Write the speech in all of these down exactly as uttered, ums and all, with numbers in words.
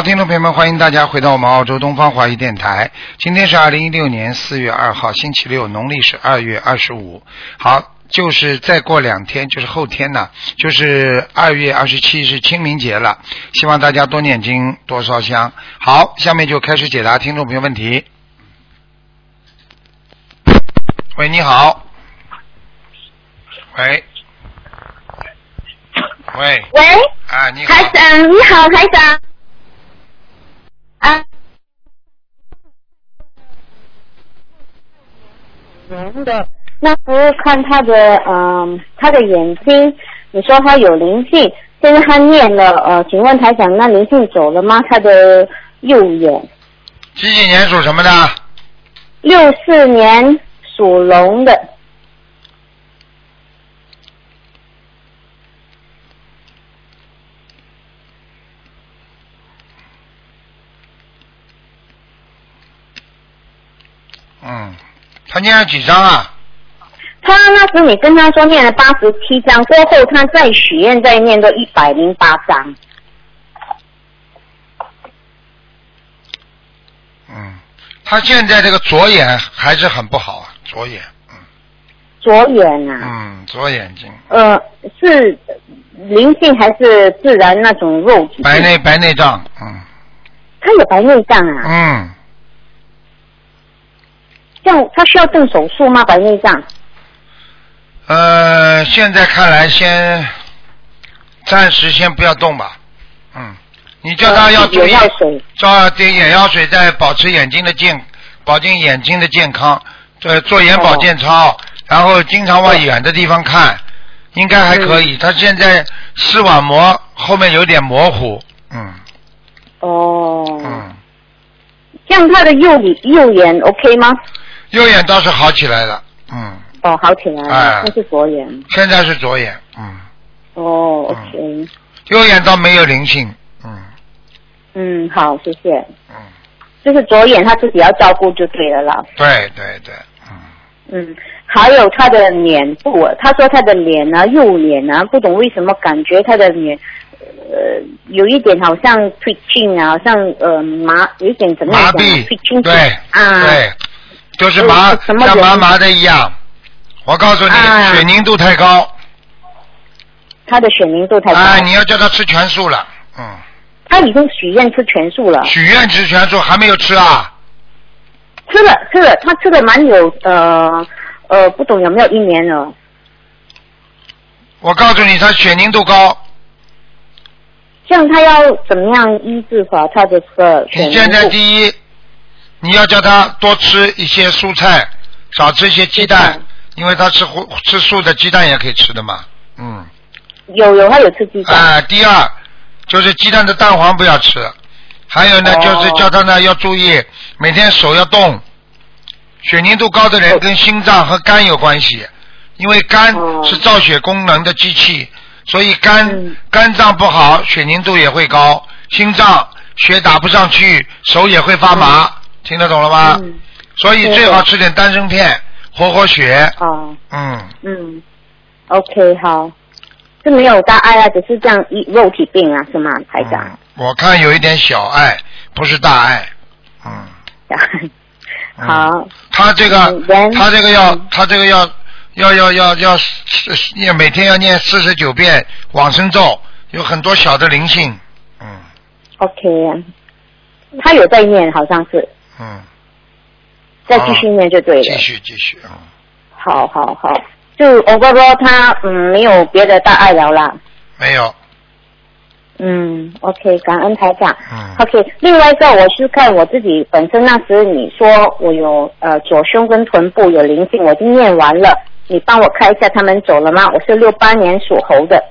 听众朋友们，欢迎大家回到我们澳洲东方华语电台。今天是二零一六年四月二号，星期六，农历是二月二十五。好，就是再过两天，就是后天呢，就是二月二十七是清明节了。希望大家多念经，多烧香。好，下面就开始解答听众朋友问题。喂，你好。喂。喂。 喂。 啊，你好。 台长，你好，台长。啊。男的，那时候看他的嗯、呃，他的眼睛，你说他有灵性，现在他念了呃，请问台长，那灵性走了吗？他的右眼。 几几年属什么的？ 六四年属龙的。 嗯，他念了几张啊？ 他那时你跟他说念了八十七章，过后他再许愿再念到一百零八章。 嗯，他现在这个左眼还是很不好啊，左眼。嗯。 左眼啊。 嗯，左眼睛。 呃，是灵性还是自然那种肉体？ 白内白内障，嗯。 他有白内障啊？ 嗯。 这样他需要动手术吗？白内障？ 呃，现在看来先暂时先不要动吧。嗯，你叫他要注意，照点眼药水，再保持眼睛的健，保证眼睛的健康。对，做眼保健操，哦、然后经常往远的地方看，应该还可以。嗯、他现在视网膜后面有点模糊。嗯。 哦。 嗯。 这样他的右右眼 OK 吗？ 右眼倒是好起来了，嗯。 哦，好起来了，哎、那是左眼。 现在是左眼，嗯。 哦 ，OK、嗯。 右眼倒没有灵性，嗯。 嗯，好，谢谢。 嗯。 就是左眼他自己要照顾就对了啦。 对对对，嗯。 嗯，还有他的脸部，他说他的脸啊，右脸啊，不懂为什么感觉他的脸。呃，有一点好像退进啊，好像呃麻，有一点怎么样讲？退进对啊， 对，就是麻，呃、像麻麻的一样。我告诉你，啊、血凝度太高。 他的血凝度太高。 啊，你要叫他吃全素了，嗯。 他已经许愿吃全素了。 许愿吃全素还没有吃啊？ 吃了吃了，他吃的蛮有呃呃，不懂有没有一年了。 我告诉你，他血凝度高。 这样他要怎么样医治法？他的这个你现在第一，你要叫他多吃一些蔬菜，少吃一些鸡蛋，因为他吃吃素的鸡蛋也可以吃的嘛。嗯。 有有，他有吃鸡蛋。 啊、呃，第二就是鸡蛋的蛋黄不要吃，还有呢、哦、就是叫他呢要注意每天手要动。血凝度高的人跟心脏和肝有关系，因为肝是造血功能的机器。所以肝、嗯、肝脏不好，血凝度也会高；心脏血打不上去，手也会发麻。嗯、听得懂了吗？嗯、所以最好吃点丹参片，活活血。 哦。 嗯。 嗯。OK， 好，是没有大碍啊，只是这样一肉体病啊，是吗，台长？ 嗯、我看有一点小碍，不是大碍。嗯。 好。 嗯、他这个， 嗯、 他这个要，他这个要。要要要要念每天要念四十九遍往生咒，有很多小的灵性。嗯。 OK， 他有在念，好像是。 嗯。 再继续念就对了。 继续继续啊、嗯。 好好好，就我哥哥他嗯没有别的大碍了啦。 没有。 嗯 ，OK， 感恩台长。 嗯。 OK， 另外一个我是看我自己本身那时你说我有呃左胸跟臀部有灵性，我已经念完了。你帮我看一下他们走了吗？我是六八年属猴的。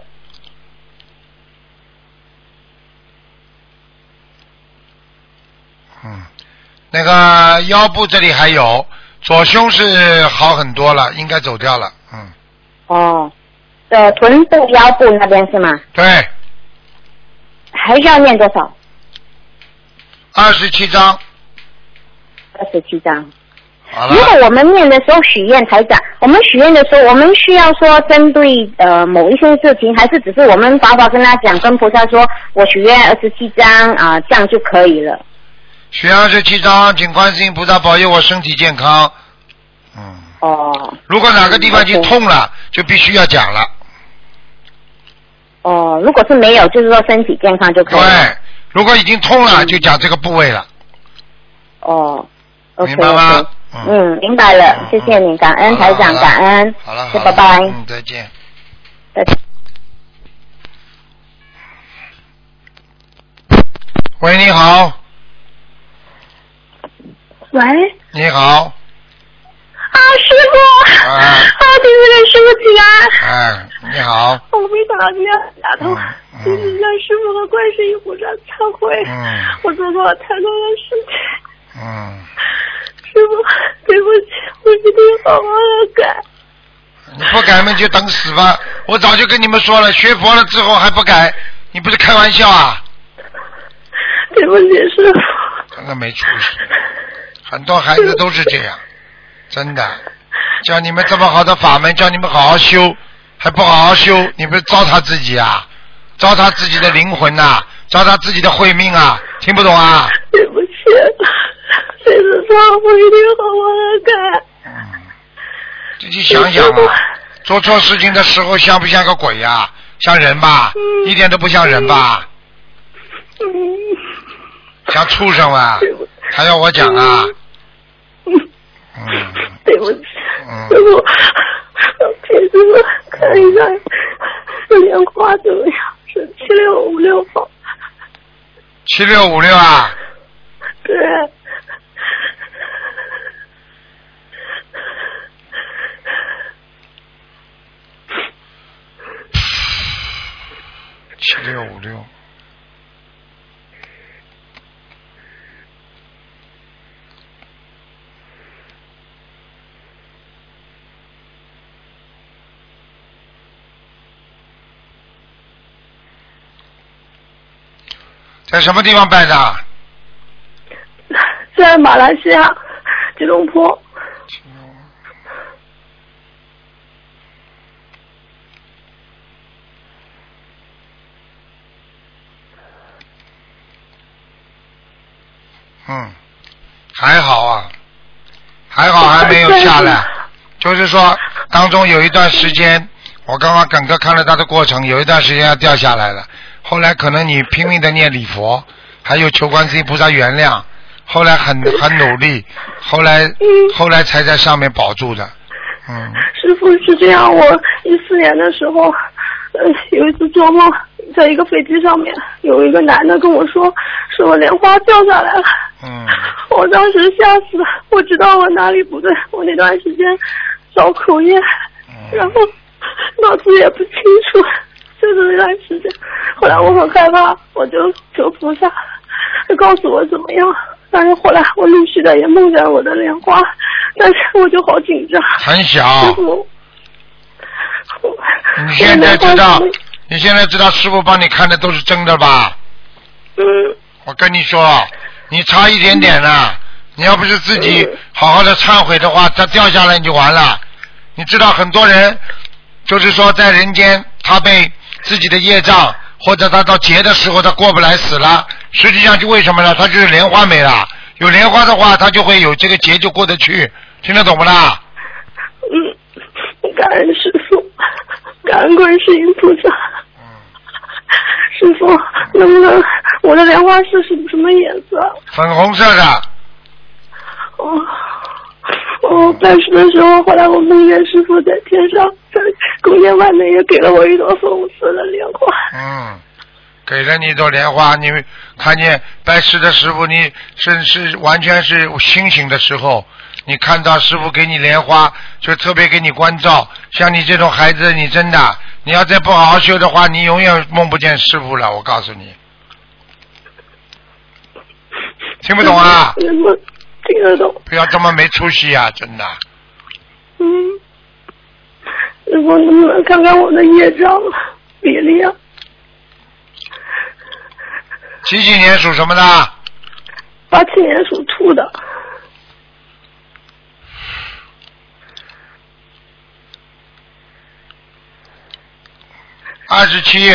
嗯，那个腰部这里还有，左胸是好很多了，应该走掉了。嗯。 哦，呃，臀部、腰部那边是吗？ 对。 还要念多少？ 二十七章。 二十七章。 如果我们念的时候许愿，台长，我们许愿的时候，我们需要说针对呃某一些事情，还是只是我们法法跟他讲，跟菩萨说我许愿二十七章啊，这样就可以了。 许愿二十七章，请观世音菩萨保佑我身体健康。嗯。 哦。 如果哪个地方已经痛了，就必须要讲了。 哦，如果是没有，就是说身体健康就可以了。 对，如果已经痛了，嗯、就讲这个部位了。 哦。Okay, 明白吗？ okay. 嗯，明白了，嗯、谢谢你，感恩台长，感恩。 好了， 好了，拜拜。 嗯，再见。 再见。 喂，你好。 喂。 你好。 啊，师傅。啊。啊，弟子给师傅请安。 哎，你好。 我没想到今天打通，弟子向师傅和观世音菩萨忏悔。嗯。我做错了太多的事情。 嗯。 师傅，对不起，我一定好好的改。 你不改嘛就等死吧！我早就跟你们说了，学佛了之后还不改，你不是开玩笑啊？ 对不起，师傅。 真的没出息，很多孩子都是这样，真的。叫你们这么好的法门，叫你们好好修，还不好好修，你不是糟蹋自己啊？糟蹋自己的灵魂呐、啊，糟蹋自己的慧命啊！听不懂啊？ 对不起。这次错我一定好好的改。 嗯，自己想想啊，做错事情的时候像不像个鬼呀、啊？像人吧、嗯？一点都不像人吧？ 嗯。 像畜生吧？还要我讲啊？ 嗯。 嗯。 对不起。 嗯。 师傅，请师傅看一下莲花怎么样？是七六五六号。 七六五六啊？ 对。 七六五六，在什么地方拜的？ 在马来西亚吉隆坡。 嗯，还好啊，还好还没有下来，就是说当中有一段时间，我刚刚整个看了他的过程，有一段时间要掉下来了，后来可能你拼命的念礼佛，还有求观世音菩萨原谅，后来很很努力，后来后来才在上面保住的。嗯。 师父是这样，我一四年的时候，呃，有一次做梦，在一个飞机上面，有一个男的跟我说，说我莲花掉下来了。 嗯。 我当时吓死了，我知道我哪里不对，我那段时间造口业，嗯、然后脑子也不清楚，就是那段时间。后来我很害怕，我就求菩萨，就告诉我怎么样。但是后来我陆续的也梦见我的莲花，但是我就好紧张。 很小。你现在知道，你现在知道师父帮你看的都是真的吧？ 嗯。 我跟你说，你差一点点了。嗯、你要不是自己好好的忏悔的话，它掉下来你就完了。你知道很多人，就是说在人间他被自己的业障，或者他到劫的时候他过不来死了。实际上就为什么呢？他就是莲花没了，有莲花的话，他就会有这个劫就过得去，听得懂不啦？ 嗯，感恩师父，感恩观世音菩萨。 嗯。 师父，能不能我的莲花是什么颜色？ 粉红色的。 哦，我拜师的时候，后来我梦见师父在天上，在宫殿外面也给了我一朵粉红色的莲花。 嗯。给了你一朵莲花，你看见拜师的师傅，你是是完全是清醒的时候，你看到师傅给你莲花，就特别给你关照。像你这种孩子，你真的，你要再不好好修的话，你永远梦不见师傅了。我告诉你，听不懂啊？ 听得懂。 不要这么没出息啊！真的。 嗯，师傅能不能看看我的业障比例啊？ 几几年属什么的？ 八七年属兔的。 二十七。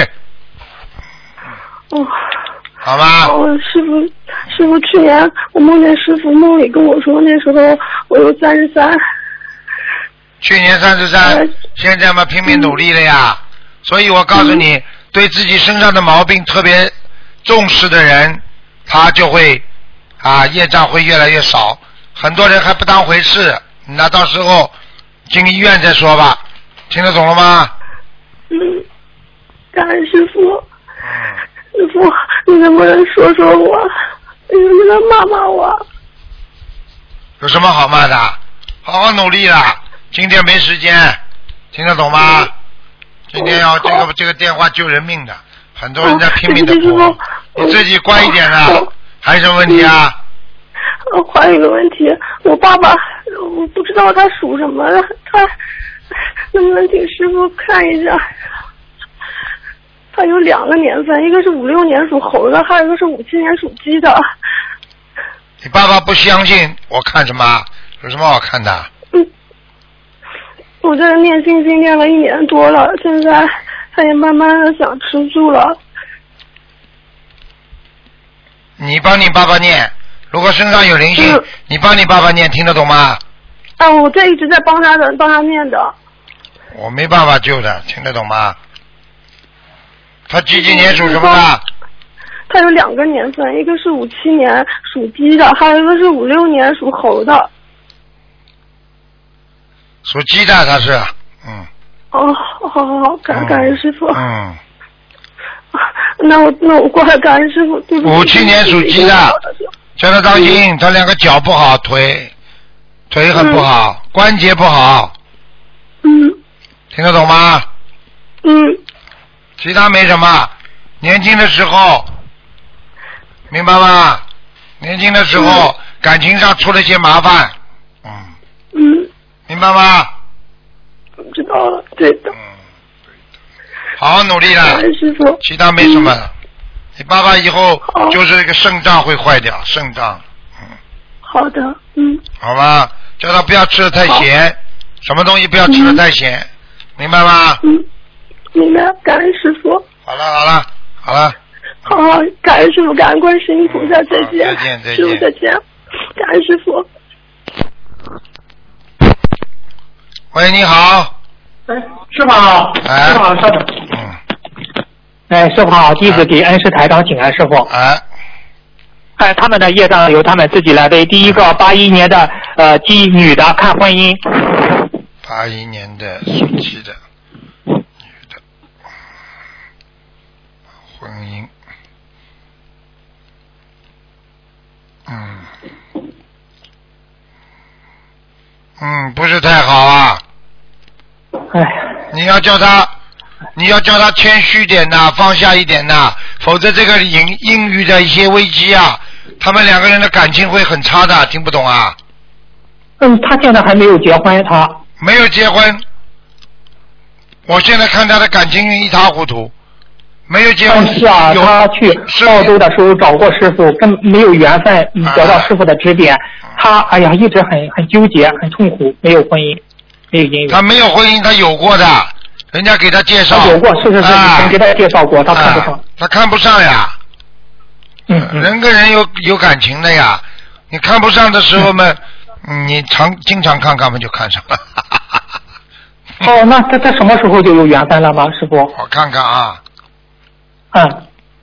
哦。 好吧。 哦，师傅，师傅，去年我梦见师傅梦里跟我说，那时候我有三十三。 去年三十三，现在嘛拼命努力了呀。嗯、所以我告诉你，嗯、对自己身上的毛病特别重视的人，他就会啊业障会越来越少。很多人还不当回事，那到时候进医院再说吧。听得懂了吗？ 嗯，感恩师傅。师傅，你能不能说说我？你能不能骂骂我？ 有什么好骂的？好好努力啦！今天没时间，听得懂吗？嗯、今天要这个这个电话救人命的，很多人在拼命的哭。哦、你自己乖一点啦。还有什么问题啊？ 我还有一个问题，我爸爸我不知道他属什么的，他能不能请师傅看一下？他有两个年份，一个是五六年属猴的，还有一个是五七年属鸡的。 你爸爸不相信，我看什么？有什么好看的？ 嗯，我在念心经念了一年多了，现在他也慢慢的想吃素了。 你帮你爸爸念，如果身上有灵性，嗯、你帮你爸爸念，听得懂吗？ 啊，我在一直在帮他的，帮他念的。 我没办法救的，听得懂吗？他几几年属什么的？ 他有两个年份，一个是五七年属鸡的，还有一个是五六年属猴的。 属鸡的他是，嗯。 哦，好好好，感感恩师傅。 嗯。 那我那我过来感恩师傅。对不起。 五七年属鸡的，叫他当心，他两个脚不好，腿腿很不好，嗯、关节不好。 嗯。 听得懂吗？ 嗯。 其他没什么，年轻的时候，明白吗？年轻的时候、嗯、感情上出了些麻烦，嗯， 嗯， 明白吗？ 知道了，对的， 嗯，对的，好好努力了， 师傅， 其他没什么，嗯、你爸爸以后就是一个肾脏会坏掉，肾脏，嗯， 好的，嗯， 好吧，叫他不要吃的太咸，什么东西不要吃的太咸，嗯、明白吗？ 嗯。明白，感恩师傅。 好了好了好了。 好好，感恩师傅，感恩观世音菩萨，再见。 再见再见。 师傅再见，感恩师傅。 喂，你好。 哎，师傅好。 哎。 师傅好，稍等。 嗯。 哎，师傅好，弟子给恩师台长请安，师傅。 哎。 哎，他们的业障由他们自己来背。第一个，八一年的呃鸡女的看婚姻。 八一年的属鸡的。婚姻，嗯，嗯，不是太好啊。 哎， 你要叫他，你要叫他谦虚点呐，放下一点呐，否则这个英英语的一些危机啊，他们两个人的感情会很差的，听不懂啊？ 嗯，他现在还没有结婚，他没有结婚。我现在看他的感情运一塌糊涂。没有结婚。 是啊，他去澳洲的时候找过师傅，跟没有缘分得到师傅的指点。啊、他哎呀，一直很很纠结，很痛苦，没有婚姻，没有姻缘。 他没有婚姻，他有过的，人家给他介绍。 他有过，是是是，以前给他介绍过，他看不上。 啊、他看不上呀。 嗯嗯。 人跟人有有感情的呀，你看不上的时候嘛，嗯、你常经常看看嘛，就看上了。 哦，那他他什么时候就有缘分了吗，师傅？ 我看看啊。 嗯，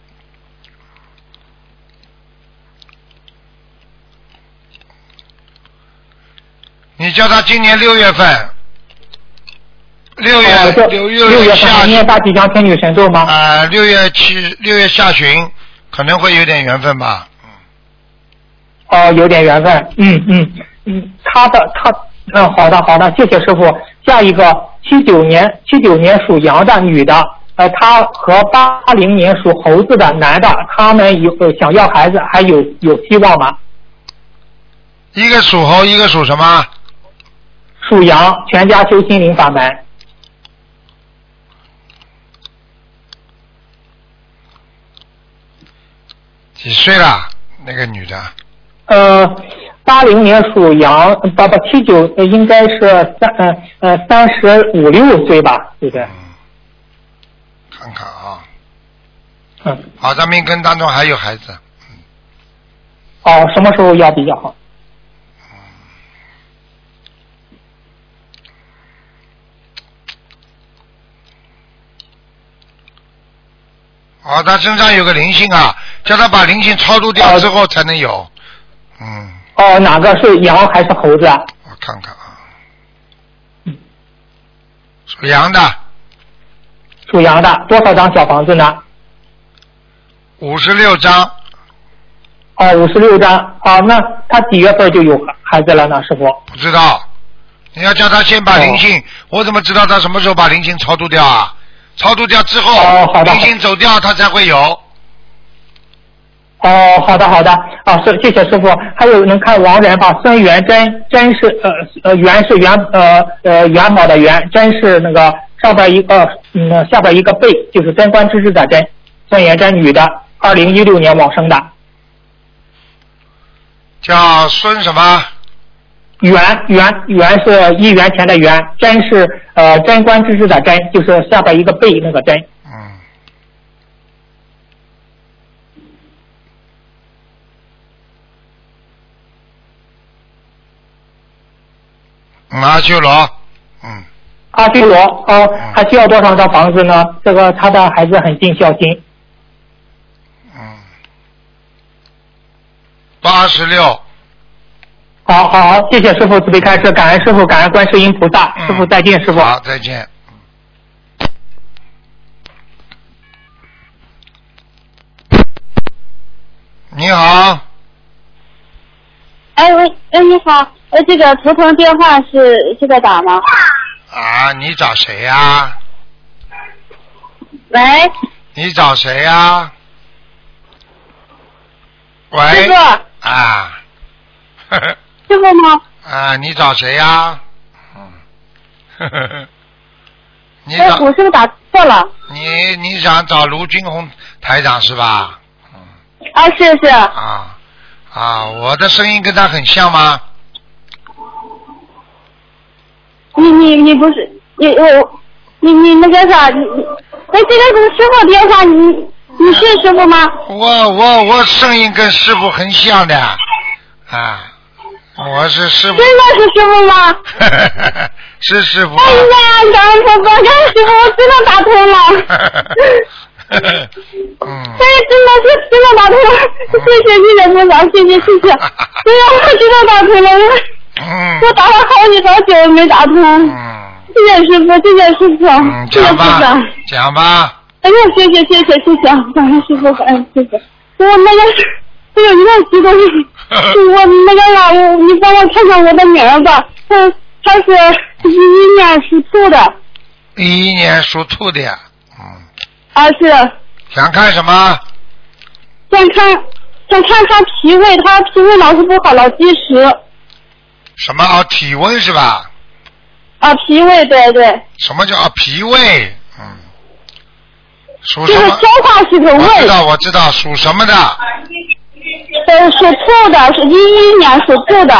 你叫他今年六月份，六月、 哦、 六月六月下念大吉祥天女神咒吗？ 啊、呃，六月七六月下旬可能会有点缘分吧。嗯。 哦，有点缘分。嗯嗯嗯，他的他嗯，好的好的，谢谢师傅。下一个七九年七九年属羊的女的。呃，他和八零年属猴子的男的，他们有、呃、想要孩子，还有有希望吗？ 一个属猴，一个属什么？ 属羊，全家修心灵法门。 几岁了？那个女的？ 呃，八零年属羊，不不，七九应该是三呃呃三十五六岁吧，对不对？ 看看看啊。 嗯。 好，他命根当中还有孩子。嗯。 哦，什么时候要比较好？ 哦，他身上有个灵性啊，叫他把灵性超度掉之后才能有。嗯。 哦，哪个是羊还是猴子啊？ 我看看啊。嗯。属羊的。 属羊的，多少张小房子呢？ 五十六张。 哦，五十六张。啊，那他几月份就有孩子了呢，师傅？ 不知道，你要叫他先把灵性，哦、我怎么知道他什么时候把灵性超度掉啊？超度掉之后， 哦、好的灵性走掉，他才会有。 哦，好的好的，啊，是谢谢师傅。还有能看亡人吧？孙元真，真是呃呃元是元呃呃元宝的元，真是那个上边一个嗯下边一个贝，就是贞观之治的贞。孙元真，女的，二零一六年往生的。 叫孙什么？ 元元元是一元钱的元，真是呃贞观之治的贞，就是下边一个贝那个贞。 嗯。阿修罗，嗯。 阿修罗，哦，嗯、还需要多少张房子呢？这个他的孩子很尽孝心。 嗯。八十六。 好好好，谢谢师傅慈悲开示，感恩师傅，感恩观世音菩萨，嗯、师傅再见，师傅。 好，再见。你好。 哎喂，哎你好，呃这个图腾电话是现在打吗？ 啊，你找谁呀、啊？ 喂。 你找谁呀、啊？喂。 师傅。 啊。呵呵。 师傅吗？ 啊，你找谁呀、啊？嗯。呵呵呵。你哎，我是不是打错了？ 你你想找卢军红台长是吧？ 嗯。啊，是是。 啊啊，我的声音跟他很像吗？ 你你你不是你我你你那个啥你哎这个是师傅电话，你你是师傅吗？ 我我我声音跟师傅很像的啊。我是师傅。 真的是师傅吗？ 是师傅。 哎呀，感恩菩萨，感恩师傅，我真的打通了。 嗯。 哎，真的是真的打通了，谢谢谢谢菩萨，谢谢谢谢。哎呀，我真的打通了， 嗯。 我打了好几好久没打通。 嗯。 谢谢师傅，谢谢师傅， 嗯、 谢谢菩萨。 讲吧。 哎呀，谢谢谢谢谢谢，感恩师傅，感恩谢谢。我那个是，哎呦，有点激动。我那个呀，我你帮我看看我的女儿吧，她她是一一年属兔的。 一一年属兔的呀，嗯。 啊是。 想看什么？ 想看想看她脾胃，她脾胃老是不好，老积食。 什么啊？体温是吧？ 啊，脾胃对对。 什么叫啊脾胃？嗯。属什么？就是消化系统胃。 我知道我知道，属什么的？ 呃，属兔的，是一一年属兔的。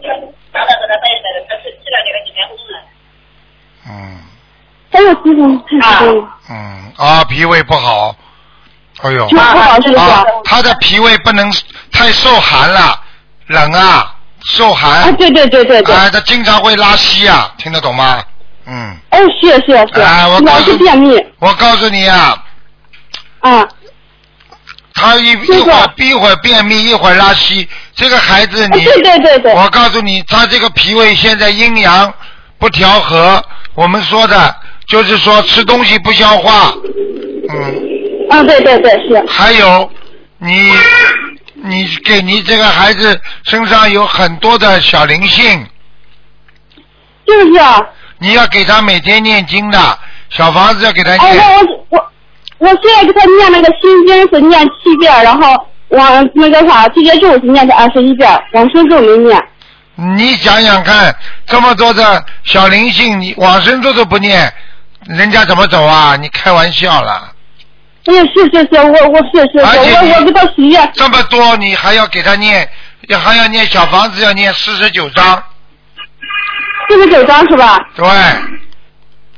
嗯。 还有几种太多。 嗯啊，脾胃不好。哎呦。 不好是不是？ 啊，他的脾胃不能太受寒了，冷啊，受寒。 啊，对对对对对。 啊，他经常会拉稀啊，听得懂吗？嗯。 哎，是是是。 啊，我老是便秘。 我告诉你啊。 啊。 他一一会儿一会儿便秘，一会儿拉稀，这个孩子你， 对对对对， 我告诉你，他这个脾胃现在阴阳不调和，我们说的就是说吃东西不消化，嗯。 啊，对对对是。 还有，你你给你这个孩子身上有很多的小灵性。 是不是啊？ 你要给他每天念经的，小房子要给他念。 哎，我我。我现在给他念那个心经是念七遍，然后往那个啥结节咒是念的二十一遍，往生咒没念。 你想想看，这么多的小灵性，你往生咒都不念，人家怎么走啊？你开玩笑了。 哎，是是是，我我是是是，我我给他许愿。 这么多，你还要给他念，要还要念小房子，要念四十九章。 四十九章是吧？ 对。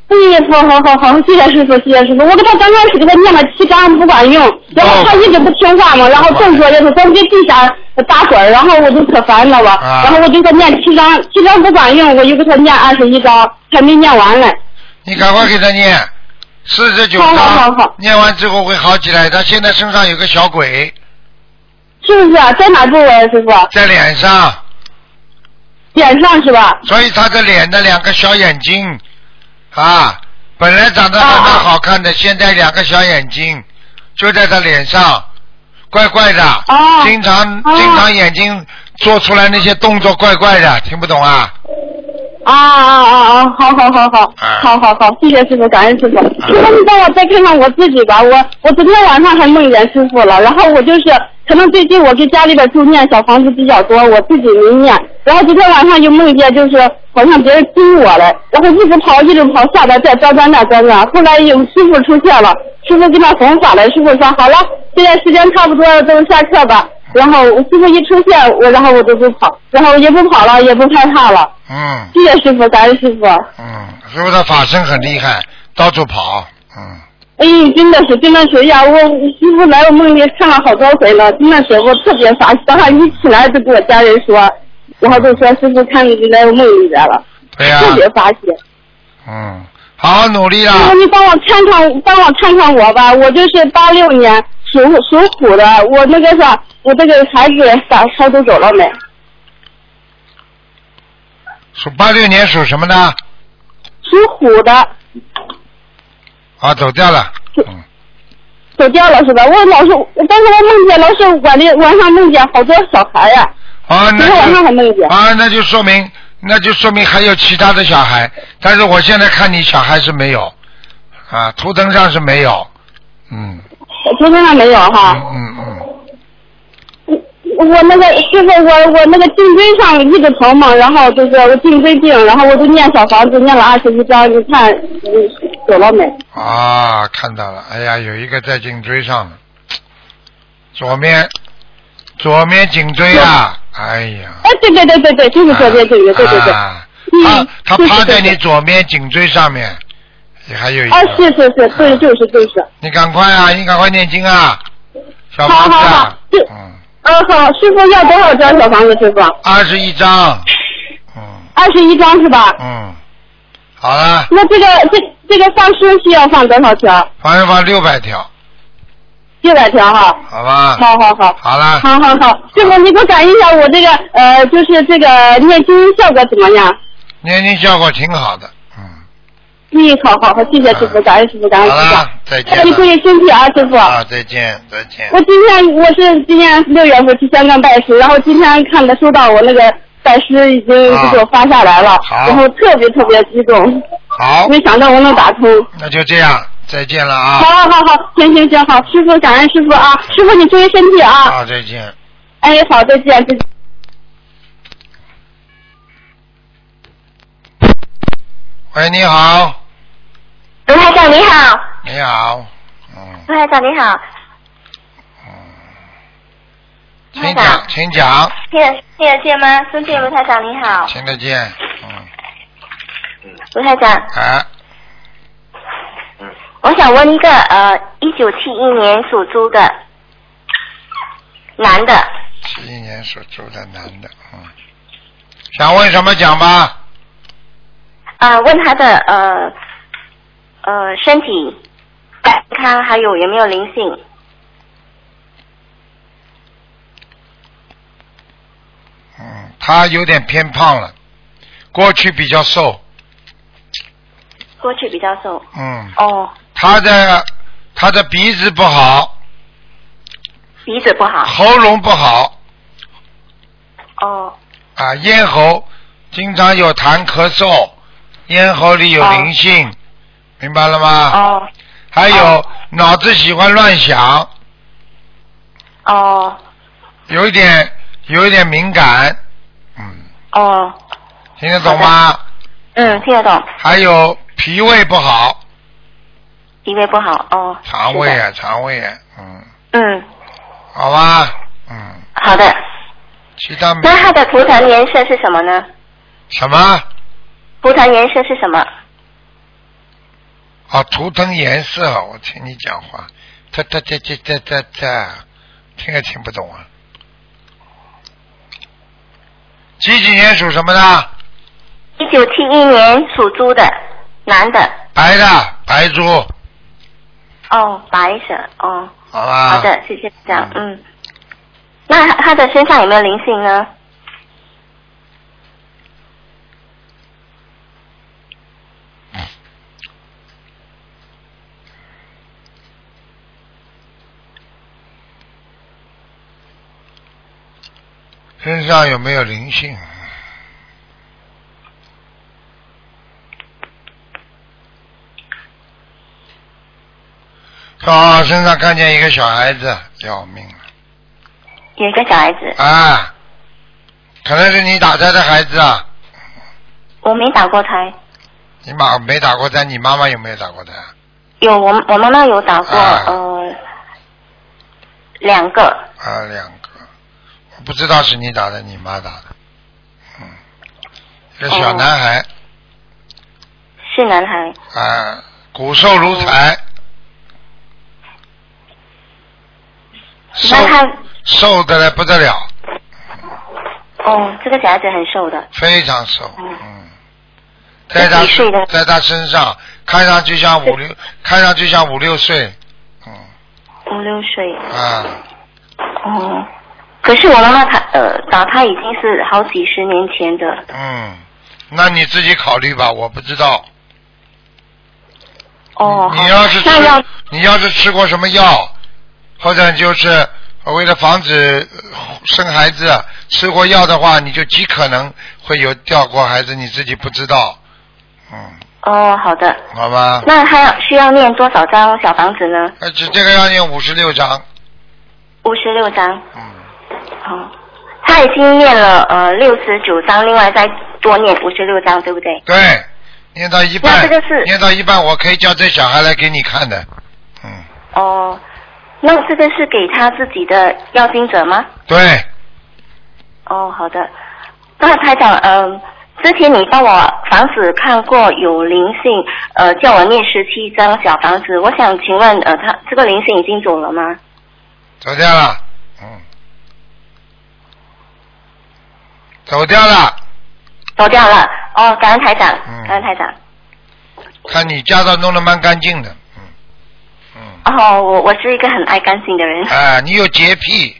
哎，好好好好，谢谢师傅，谢谢师傅。我给他刚开始给他念了七章不管用，然后他一直不听话嘛，然后动作也是光在地下打滚，然后我就可烦了吧。 啊、 然后我就给他念七章，七章不管用，我又给他念二十一章，还没念完呢。 你赶快给他念四十九章， 好好好好， 念完之后会好起来。他现在身上有个小鬼， 是不是啊？在哪部位，师傅？ 在脸上。 脸上是吧？ 所以他的脸的两个小眼睛啊，本来长得还蛮好看的，啊、现在两个小眼睛就在他脸上，怪怪的， 啊、 经常、啊、经常眼睛做出来那些动作怪怪的，听不懂啊？ 啊啊啊啊！好好好好，啊、好好好，谢谢师傅，感恩师傅。师傅，你帮我再看看我自己吧，我我昨天晚上还梦见师傅了，然后我就是可能最近我给家里边助念小房子比较多，我自己没念，然后昨天晚上又梦见就是好像别人盯我了，然后一直跑一直跑，下边再转转那转转，后来有师傅出现了，师傅给他弘法了，师傅说好了，现在时间差不多了，都下课吧。然后师傅一出现，我然后我就不跑，然后也不跑了，也不害怕了。 嗯。 谢谢师傅，感恩师傅。 嗯，师傅的法身很厉害，到处跑。嗯。 哎，真的是，真的是呀！我师傅来我梦里看了好多回了，真的是我特别发喜，早上一起来就跟我家人说，然后就说师傅看你来我梦里来了。 对呀、啊。 特别发喜。 嗯，好好努力啦。 师傅，你帮我看看，帮我看看我吧，我就是八六年属属虎的，我那个啥。我这个孩子咋超度走了没？ 属八六年属什么的？ 属虎的。 啊，走掉了。嗯。 走掉了是吧？我老是，但是我梦见老是晚里晚上梦见好多小孩呀、 啊。啊，那就晚上还梦见。 啊，那就说明那就说明还有其他的小孩，但是我现在看你小孩是没有，啊，图腾上是没有，嗯。 图腾上没有哈。 嗯嗯嗯。 我那个就是我我那个颈椎上一直疼嘛，然后就是我颈椎病，然后我就念小房子念了二十一章，你看走了没？ 啊，看到了，哎呀，有一个在颈椎上的，左面左面颈椎啊，哎呀。 哎，对对对对对，就是左边颈椎，对对对。 啊，他他趴在你左面颈椎上面，也还有一个。 啊，是是是，对，就是就是。 你赶快啊，你赶快念经啊，小房子啊。 好好好，嗯。嗯，好，师傅要多少张小房子？师傅？ 二十一张。嗯。 二十一张是吧？ 嗯。好了。 那这个这这个放生需要放多少条？ 放一放六百条。 六百条哈。 好吧。 好好好。 好了。 好好好，师傅，你给我感应一下我这个呃，就是这个念经效果怎么样？ 念经效果挺好的。 嗯，好好好，谢谢师傅，感恩师傅，感恩师傅。 好了，再见。 你注意身体啊，师傅。 啊，再见，再见。 我今天我是今年六月份去香港拜师，然后今天看的收到我那个拜师已经给我发下来了，然后特别特别激动。 好。 没想到我能打通。 那就这样，再见了啊。 好好好好，行行行，好，师傅感恩师傅啊，师傅你注意身体啊。 好，再见。 哎，好，再见，再见。 喂，你好。 卢台长你好。 你好。嗯。 卢台长你好。 嗯。请讲，请讲。 听得听得见吗？尊敬卢台长你好。 听得见。嗯。 卢台长。 啊。 我想问一个呃，一九七一年属猪的男的。 七一年属猪的男的，嗯。想问什么讲吧？ 啊、呃，问他的呃呃身体健康，还有有没有灵性？ 嗯，他有点偏胖了，过去比较瘦。 过去比较瘦。 嗯。 哦。 他的他的鼻子不好。 鼻子不好。 喉咙不好。 哦。 啊，咽喉经常有痰咳嗽。咽喉里有灵性，哦、明白了吗？ 哦。 还有、 哦、 脑子喜欢乱想。 哦。 有一点，有一点敏感。嗯。 哦。 听得懂吗？ 嗯，听得懂。 还有脾胃不好。 脾胃不好哦。 肠胃啊，肠胃啊，嗯。 嗯。 好吧，嗯。 好的。 其他没。 那它的图腾颜色是什么呢？ 什么？ 图腾颜色是什么？ 啊，图腾颜色，我听你讲话，这这这这这这这，听也听不懂啊。几几年属什么的？ 一九七一年属猪的，男的。 白的，白猪。 哦，白色哦。 好吧。 好的，谢谢这样，嗯。那他的身上有没有灵性呢？ 身上有没有灵性？啊，身上看见一个小孩子，要命了。 有一个小孩子。 啊，可能是你打胎的孩子啊。 我没打过胎。 你妈没打过胎，你妈妈有没有打过胎？ 有，我我妈妈有打过， 啊、 呃，两个。 啊，两个，我不知道是你打的，你妈打的。嗯，一个小男孩。哦、 是男孩。 啊，骨瘦如柴。哦、瘦瘦的来不得了。 哦，这个小孩子很瘦的。 非常瘦，嗯。嗯在他在他身上，看上去像五六，看上去像五六岁，嗯。 五六岁。 啊。 哦，可是我妈妈她呃打胎已经是好几十年前的。 嗯，那你自己考虑吧，我不知道。 哦。 你要是吃， 要你要是吃过什么药，或者就是为了防止生孩子吃过药的话，你就极可能会有掉过孩子，你自己不知道。嗯。 哦，好的。 好吧。 那他需要念多少张小房子呢？ 呃，这这个要念五十六张。 五十六张。 嗯。 好，他已经念了呃六十九张，另外再多念五十六张，对不对？ 对，念到一半。 那这个是念到一半，我可以叫这小孩来给你看的。嗯。 哦，那这个是给他自己的要经者吗？ 对。 哦，好的。那台长，嗯、呃。之前你帮我房子看过有灵性，呃，叫我念十七张小房子。我想请问，呃，他这个灵性已经走了吗？ 走掉了，嗯，走掉了。 走掉了，哦，感恩台长，嗯、感恩台长。 看你家都弄得蛮干净的，嗯嗯。哦，我我是一个很爱干净的人。 啊，你有洁癖。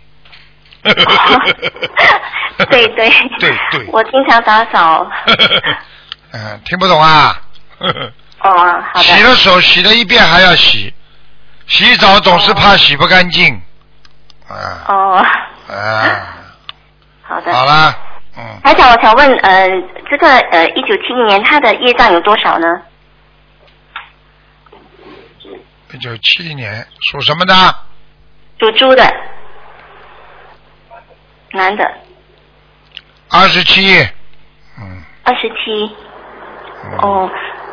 对对对对， 我经常打扫。 嗯，听不懂啊？ 哦，好的。 洗了手，洗了一遍还要洗，洗澡总是怕洗不干净。啊。 哦。 啊。 好的。 好了，嗯。 台长，我想问，呃，这个呃，一九七一年他的业障有多少呢？ 一九七一年属什么的？ 属猪的。男的。 二十七。嗯。 二十七。哦。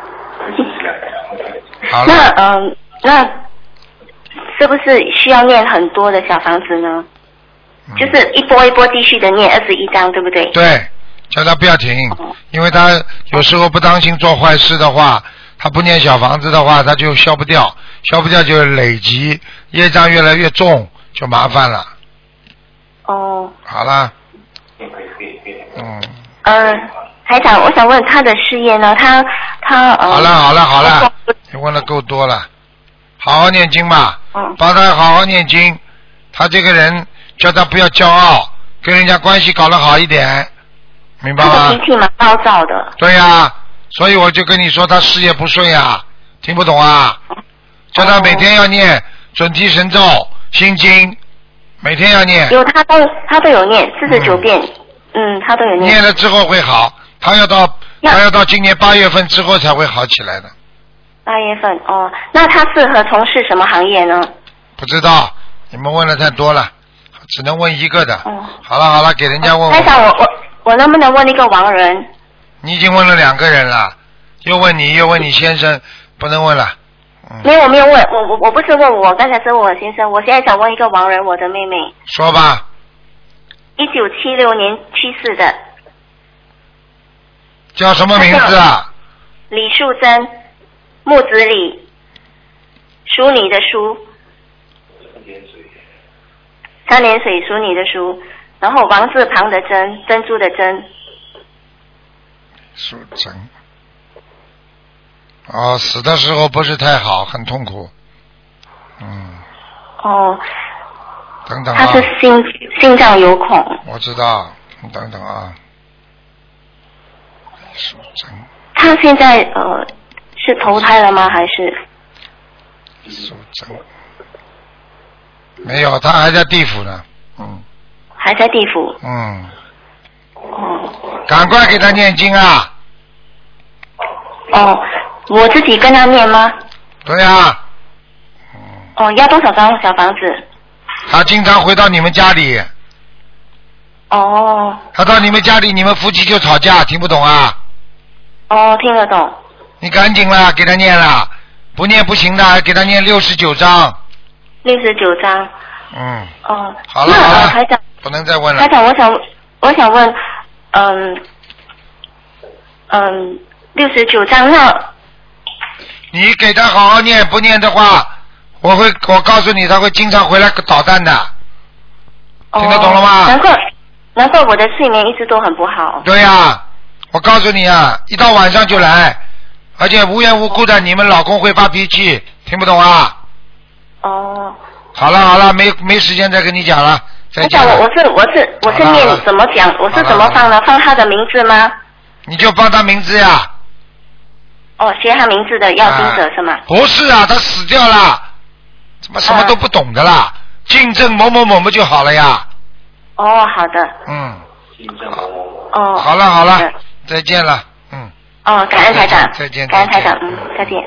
好了。 那嗯、呃，那是不是需要念很多的小房子呢？嗯、就是一波一波继续的念二十一章，对不对？ 对，叫他不要停，哦、因为他有时候不当心做坏事的话，他不念小房子的话，他就消不掉，消不掉就累积，业障越来越重，就麻烦了。 哦。 好了。嗯。 呃，台长，我想问他的事业呢？他他呃。 好了好了好了，你问的够多了，好好念经吧。 嗯。 帮他好好念经，他这个人叫他不要骄傲，跟人家关系搞得好一点，明白吗？ 他的脾气蛮暴躁的。 对呀、啊，所以我就跟你说他事业不顺呀，听不懂啊？叫他每天要念准提神咒、心经。每天要念， 有他都他都有念四十九遍，嗯，他都有念。 念了之后会好，他要到他要到今年八月份之后才会好起来的。 八月份哦，那他适合从事什么行业呢？ 不知道，你们问的太多了，只能问一个的。 哦。 好了好了，给人家问问。 台长，我我我能不能问一个亡人？ 你已经问了两个人了，又问你又问你先生，不能问了。 嗯、没有，我没有问，我我我不是问我，刚才是问我先生，我现在想问一个亡人，我的妹妹。 说吧。 一九七六年去世的。 叫什么名字啊？ 李淑珍，木子李， 属你的属。三点水属你的属，然后王字旁的珍，珍珠的珍。 属珍。哦，死的时候不是太好，很痛苦。嗯。 哦。 等等啊。 他是心心脏有孔。 我知道，你等等啊。属珍。 他现在呃是投胎了吗？还是？ 属珍。没有，他还在地府呢。嗯。 还在地府。 嗯。 哦。 赶快给他念经啊！ 哦，我自己跟他念吗？ 对呀、啊。 嗯。哦，要多少张小房子？ 他经常回到你们家里。 哦。 他到你们家里，你们夫妻就吵架，听不懂啊？ 哦，听得懂。 你赶紧啦，给他念了，不念不行的，给他念六十九章。 六十九章。 嗯。 哦。 好了好了。 台长。 不能再问了。 台长，我想我想问，嗯嗯，六十九章那。 你给他好好念，不念的话，我会我告诉你，他会经常回来捣蛋的。 哦、 听得懂了吗？ 难怪难怪我的睡眠一直都很不好。 对呀、啊，我告诉你啊，一到晚上就来，而且无缘无故的，你们老公会发脾气，听不懂啊？ 哦。 好了好了，没没时间再跟你讲了，再讲了。 我是我是我是念怎么讲？我是怎么放呢？放他的名字吗？ 你就放他名字呀。 哦，写他名字的要经者、啊、是吗？ 不是啊，他死掉了，怎么什么都不懂的啦？竞争某某某某就好了呀。 哦，好的。 嗯。 竞争某某某。哦。 好了好了，再见了，嗯。 哦，感恩台长。 再见。 感恩台长，嗯，再见。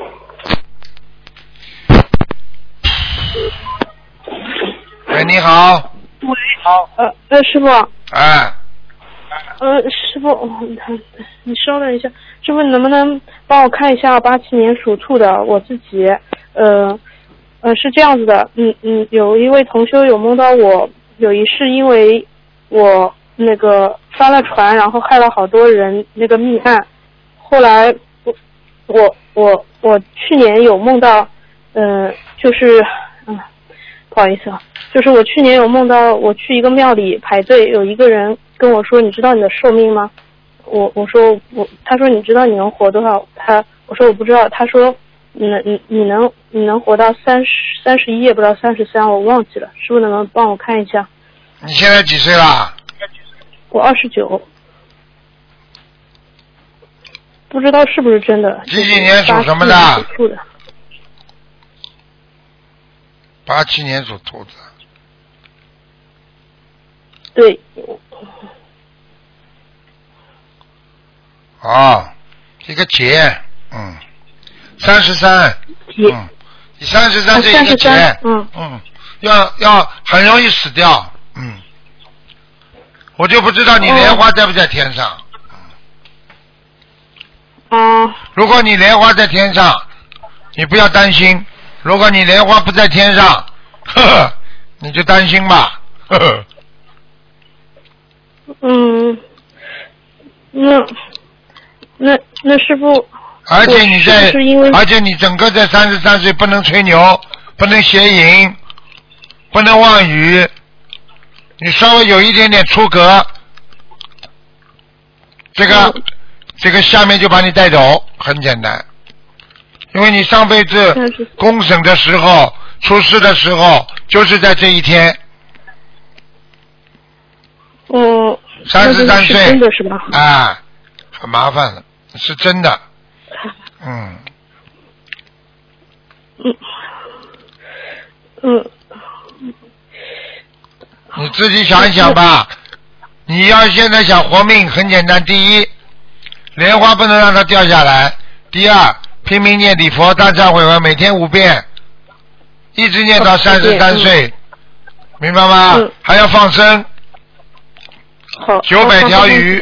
喂，你好。 喂，好，呃呃，师傅。 哎。 呃，师傅，你稍等一下，师傅，你能不能帮我看一下八七年属兔的我自己？呃，呃，是这样子的，嗯嗯，有一位同修有梦到我，有一世因为我那个翻了船，然后害了好多人，那个命案。后来我我我我去年有梦到，呃，就是嗯。不好意思啊，就是我去年有梦到我去一个庙里排队，有一个人跟我说：“你知道你的寿命吗？”我我说我，他说你知道你能活多少？他我说我不知道。他说你你你能你能活到三十三十一，也不知道三十三，我忘记了。师傅能不能帮我看一下？ 你现在几岁了？ 我二十九，不知道是不是真的。 几几年属什么的？ 属兔的。 八七年属兔子。 对。 哦，一个劫，嗯，三十三，嗯，你三十三岁一个劫， 嗯嗯，要要很容易死掉，嗯，我就不知道你莲花在不在天上。 嗯。 如果你莲花在天上，你不要担心。如果你莲花不在天上，呵呵，你就担心吧，呵呵。 嗯，那那那师傅， 而且你在， 是因为而且你整个在三十三岁不能吹牛，不能邪淫，不能妄语，你稍微有一点点出格，这个、嗯、这个下面就把你带走，很简单。因为你上辈子公审的时候出事的时候就是在这一天。 嗯。 三十三岁。 真的是吧？ 啊，很麻烦的，是真的。嗯。 嗯。嗯。 你自己想一想吧。你要现在想活命，很简单。第一，莲花不能让它掉下来。第二。拼命念礼佛大忏悔文，每天五遍，一直念到三十三岁，明白吗？ 嗯、 还要放生， 好， 九百条鱼。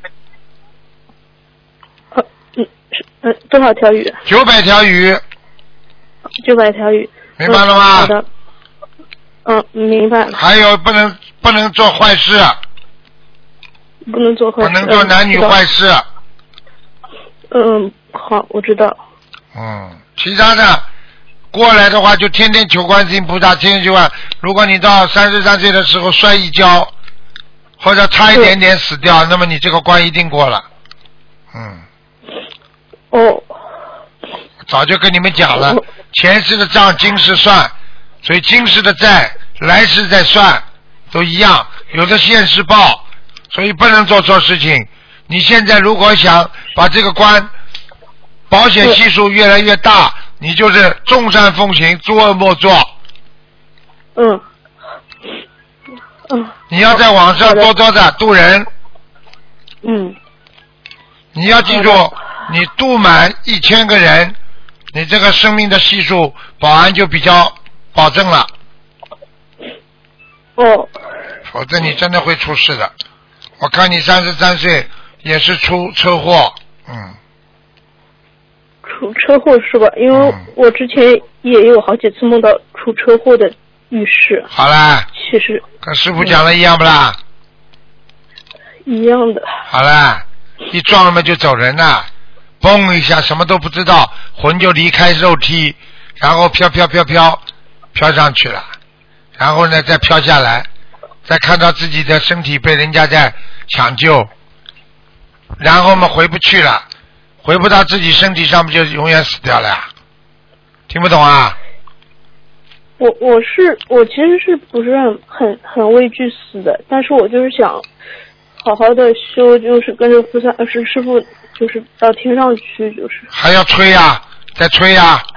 呃，嗯，呃，多少条鱼？ 九百条鱼。 九百条鱼。 明白了吗？ 好的。嗯，明白了。 还有不能不能做坏事。 不能做坏事。 不能做男女坏事。 嗯，好，我知道。 嗯，其他的过来的话就天天求观世音菩萨，天天求观。如果你到三十三岁的时候摔一跤，或者差一点点死掉，那么你这个关一定过了。嗯。 哦。 早就跟你们讲了，前世的账今世算，所以今世的债来世再算，都一样，有的现世报，所以不能做错事情。你现在如果想把这个关保险系数越来越大，你就是众善奉行，诸恶莫作。 嗯。嗯。 你要在网上多多的渡人。 嗯。 你要记住，你渡满一千个人，你这个生命的系数保安就比较保证了。 哦。 否则你真的会出事的。我看你三十三岁也是出车祸，嗯。 出车祸是吧？因为我之前也有好几次梦到出车祸的预示。 好啦。 其实。 跟师傅讲的一样不啦？ 一样的。 好啦，一撞了嘛就走人了，嘣一下什么都不知道，魂就离开肉体，然后飘飘飘飘飘上去了，然后呢再飘下来，再看到自己的身体被人家在抢救，然后嘛回不去了，回不到自己身体上面就永远死掉了呀？听不懂啊？ 我我是我其实是不是很很很畏惧死的，但是我就是想好好的修，就是跟着菩萨是师父，就是到天上去，就是还要吹呀、啊，再吹呀、啊！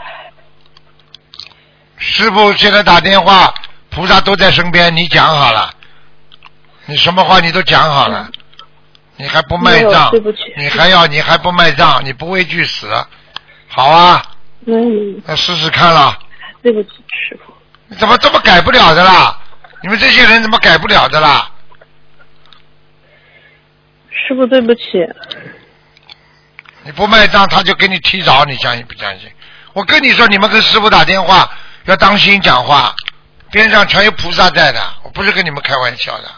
师父现在打电话，菩萨都在身边，你讲好了，你什么话你都讲好了，嗯、你还不卖账， 对不起， 你还要你还不卖账，你不畏惧死，好啊， 嗯， 那试试看了。 对不起，师父。 你怎么这么改不了的啦？你们这些人怎么改不了的啦？ 师父对不起。 你不卖账，他就给你提早，你相信不相信？我跟你说，你们跟师父打电话要当心讲话，边上全有菩萨在的，我不是跟你们开玩笑的。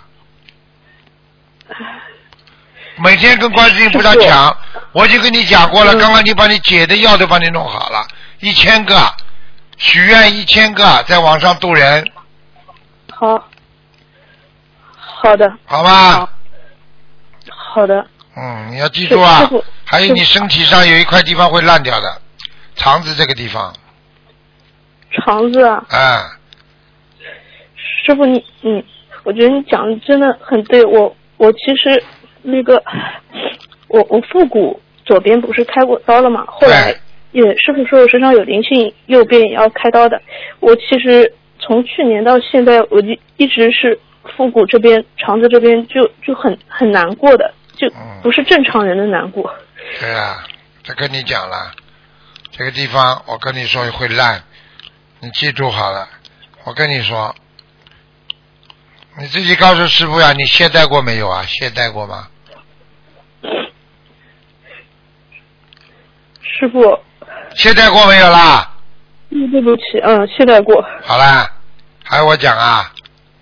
每天跟观世音菩萨讲，我已经跟你讲过了，刚刚你把你解的药都帮你弄好了，一千个。许愿一千个，在网上渡人。 好，好的。 好吧。 好，好的。 嗯，你要记住啊，还有你身体上有一块地方会烂掉的，肠子这个地方。 肠子啊。 啊。 师傅，你嗯，我觉得你讲的真的很对。我我其实那个，我我腹股左边不是开过刀了嘛，后来。也师傅说我身上有灵性，右边也要开刀的。我其实从去年到现在，我就一直是腹股这边、肠子这边就就很很难过的，就不是正常人的难过。 嗯、对啊，这跟你讲了，这个地方我跟你说会烂，你记住好了。我跟你说，你自己告诉师傅呀，你懈怠过没有啊？懈怠过吗？ 师傅。 懈怠过没有啦？ 嗯，对不起，嗯，懈怠过。 好啦，还要我讲啊？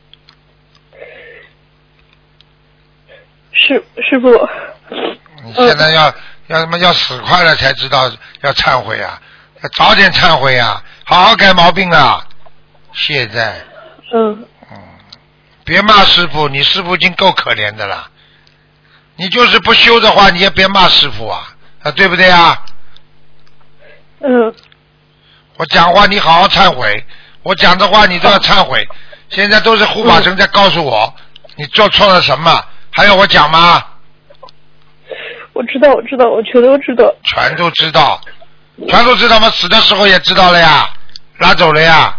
师师傅。 你现在要、嗯、要什么要死快了才知道要忏悔啊，要早点忏悔啊，好好改毛病啊！懈怠。 嗯。 嗯，别骂师傅，你师傅已经够可怜的了。你就是不修的话，你也别骂师傅啊，啊，对不对啊？ 嗯， 我讲话你好好忏悔，我讲的话你都要忏悔。现在都是护法神在告诉我、嗯、你做错了什么，还要我讲吗？ 我知道，我知道，我全都知道。 全都知道，全都知道吗？死的时候也知道了呀，拉走了呀。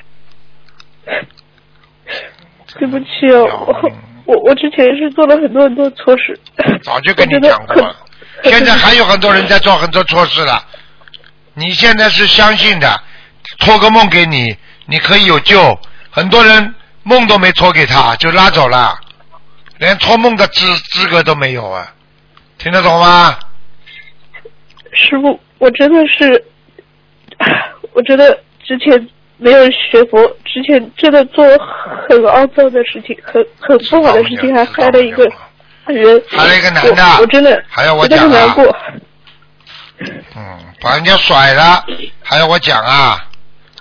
对不起哦，我我我之前是做了很多很多错事。 早就跟你讲过了，现在还有很多人在做很多错事了。你现在是相信的，托个梦给你，你可以有救。很多人梦都没托给他，就拉走了，连托梦的资资格都没有啊！听得懂吗？ 师父，我真的是，我真的之前没有学佛，之前真的做很肮脏的事情，很很不好的事情，还害了一个人， 害了一个男的， 我, 我真的还要我讲啊？ 真的很难过。 嗯，把人家甩了，还要我讲啊？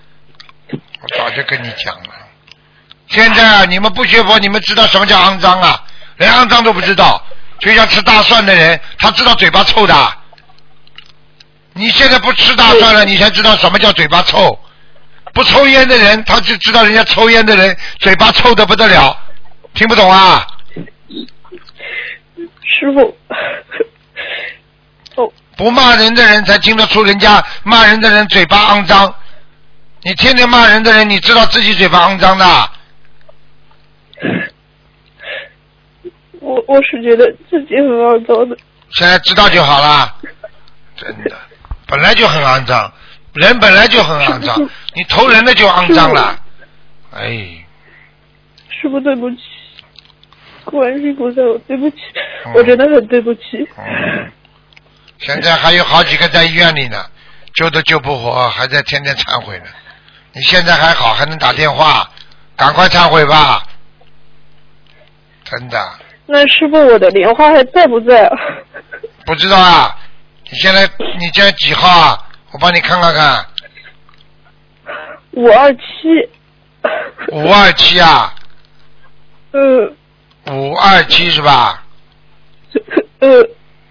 我早就跟你讲了。现在啊，你们不学佛，你们知道什么叫肮脏啊？连肮脏都不知道，就像吃大蒜的人，他知道嘴巴臭的。你现在不吃大蒜了，你才知道什么叫嘴巴臭。不抽烟的人，他就知道人家抽烟的人嘴巴臭得不得了。听不懂啊？ 师傅，哦， 不骂人的人才听得出人家骂人的人嘴巴肮脏。你天天骂人的人，你知道自己嘴巴肮脏的。 我我是觉得自己很肮脏的。 现在知道就好了，真的，本来就很肮脏，人本来就很肮脏，你投人的就肮脏了。哎， 师傅对不起，观世音菩萨，我对不起，嗯、我真的很对不起。 嗯，现在还有好几个在医院里呢，救都救不活，还在天天忏悔呢。你现在还好，还能打电话，赶快忏悔吧。真的。 那师傅，我的莲花还在不在啊？ 不知道啊。你现在你现在几号啊？我帮你看看看。 五二七。 五二七啊。 嗯。 五二七是吧？ 嗯。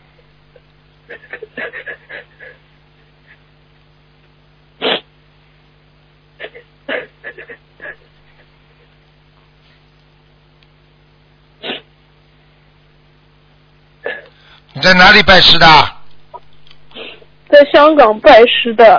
你在哪里拜师的？ 在香港拜师的。